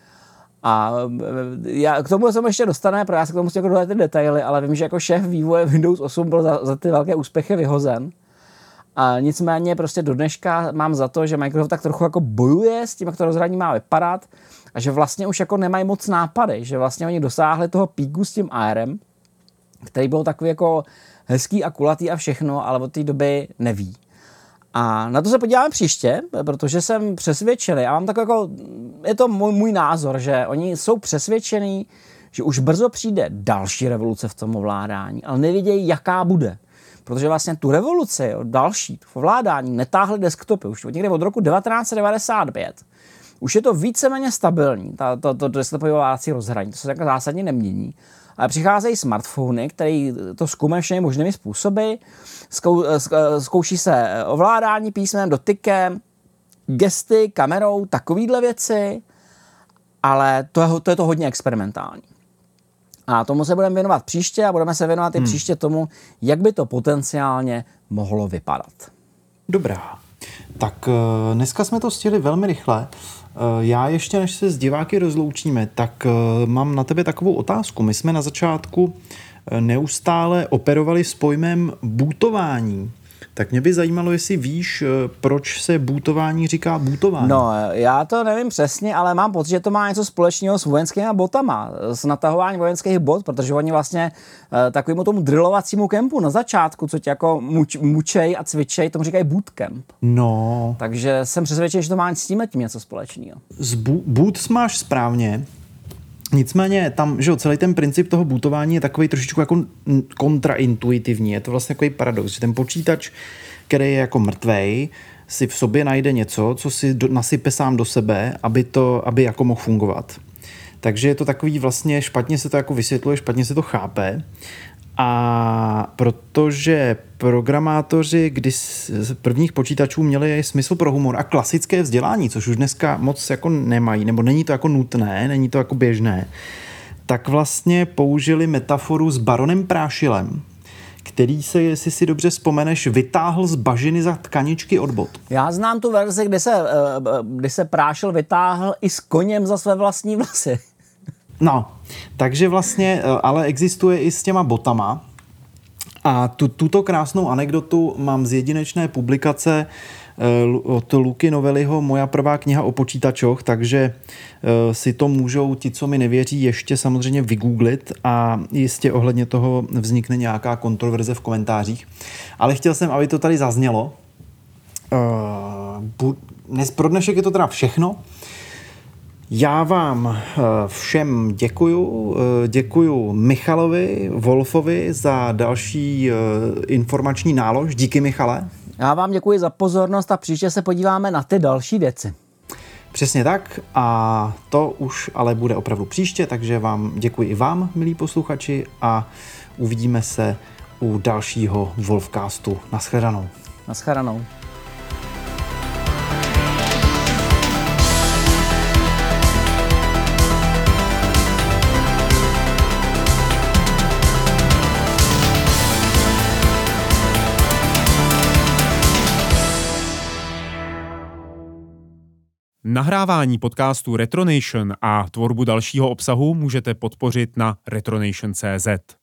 A k tomu se ještě dostaneme, protože já se k tomu musím jako dodat ty detaily, ale vím, že jako šéf vývoje Windows 8 byl za ty velké úspěchy vyhozen. A nicméně prostě do dneška mám za to, že Microsoft tak trochu jako bojuje s tím, jak to rozhraní má vypadat a že vlastně už jako nemají moc nápady, že vlastně oni dosáhli toho píku s tím ARem, který byl takový jako hezký a kulatý a všechno, ale od té doby neví. A na to se podíváme příště, protože jsem přesvědčený, a mám takový jako, je to můj názor, že oni jsou přesvědčený, že už brzo přijde další revoluce v tom ovládání, ale nevědějí, jaká bude. Protože vlastně tu revoluci, další, v ovládání netáhly desktopy. Už někde od roku 1995. Už je to víceméně stabilní, to desktopové ovládací rozhraní. To se jako zásadně nemění. Ale přicházejí smartfony, které to zkoumají všemi možnými způsoby. Zkouší se ovládání písmem, dotykem, gesty, kamerou, takovýhle věci. ale to je to hodně experimentální. A tomu se budeme věnovat příště a budeme se věnovat i příště tomu, jak by to potenciálně mohlo vypadat. Dobrá. Tak dneska jsme to stihli velmi rychle. Já ještě, než se s diváky rozloučíme, tak mám na tebe takovou otázku. My jsme na začátku neustále operovali s pojmem bootování. Tak mě by zajímalo, jestli víš, proč se bootování říká bootování. No, já to nevím přesně, ale mám pocit, že to má něco společného s vojenskými botama, s natahováním vojenských bot, protože oni vlastně takovému tomu drillovacímu kempu na začátku, co tě jako mučej a cvičej, tomu říkají bootcamp. No. Takže jsem přesvědčen, že to má s tím něco společného. Z boots máš správně. Nicméně tam, že celý ten princip toho bootování je takový trošičku jako kontraintuitivní. Je to vlastně takový paradox, že ten počítač, který je jako mrtvej, si v sobě najde něco, co si nasype sám do sebe, aby jako mohl fungovat. Takže je to takový vlastně, špatně se to jako vysvětluje, špatně se to chápe. A protože programátoři, když z prvních počítačů měli smysl pro humor a klasické vzdělání, což už dneska moc jako nemají, nebo není to jako nutné, není to jako běžné, tak vlastně použili metaforu s baronem Prášilem, který se, jestli si dobře vzpomeneš, vytáhl z bažiny za tkaničky od bot. Já znám tu verzi, kdy se Prášil vytáhl i s koněm za své vlastní vlasy. No, takže vlastně, ale existuje i s těma botama a tuto krásnou anekdotu mám z jedinečné publikace od Luky Novelliho, moja prvá kniha o počítačoch, takže si to můžou ti, co mi nevěří, ještě samozřejmě vygooglit a jistě ohledně toho vznikne nějaká kontroverze v komentářích. Ale chtěl jsem, aby to tady zaznělo. Pro dnešek je to teda všechno. Já vám všem děkuju Michalovi Wolfovi za další informační nálož. Díky, Michale. Já vám děkuji za pozornost a příště se podíváme na ty další věci. Přesně tak a to už ale bude opravdu příště, takže vám děkuji i vám, milí posluchači, a uvidíme se u dalšího Wolfcastu. Naschledanou. Naschledanou. Nahrávání podcastu Retronation a tvorbu dalšího obsahu můžete podpořit na retronation.cz.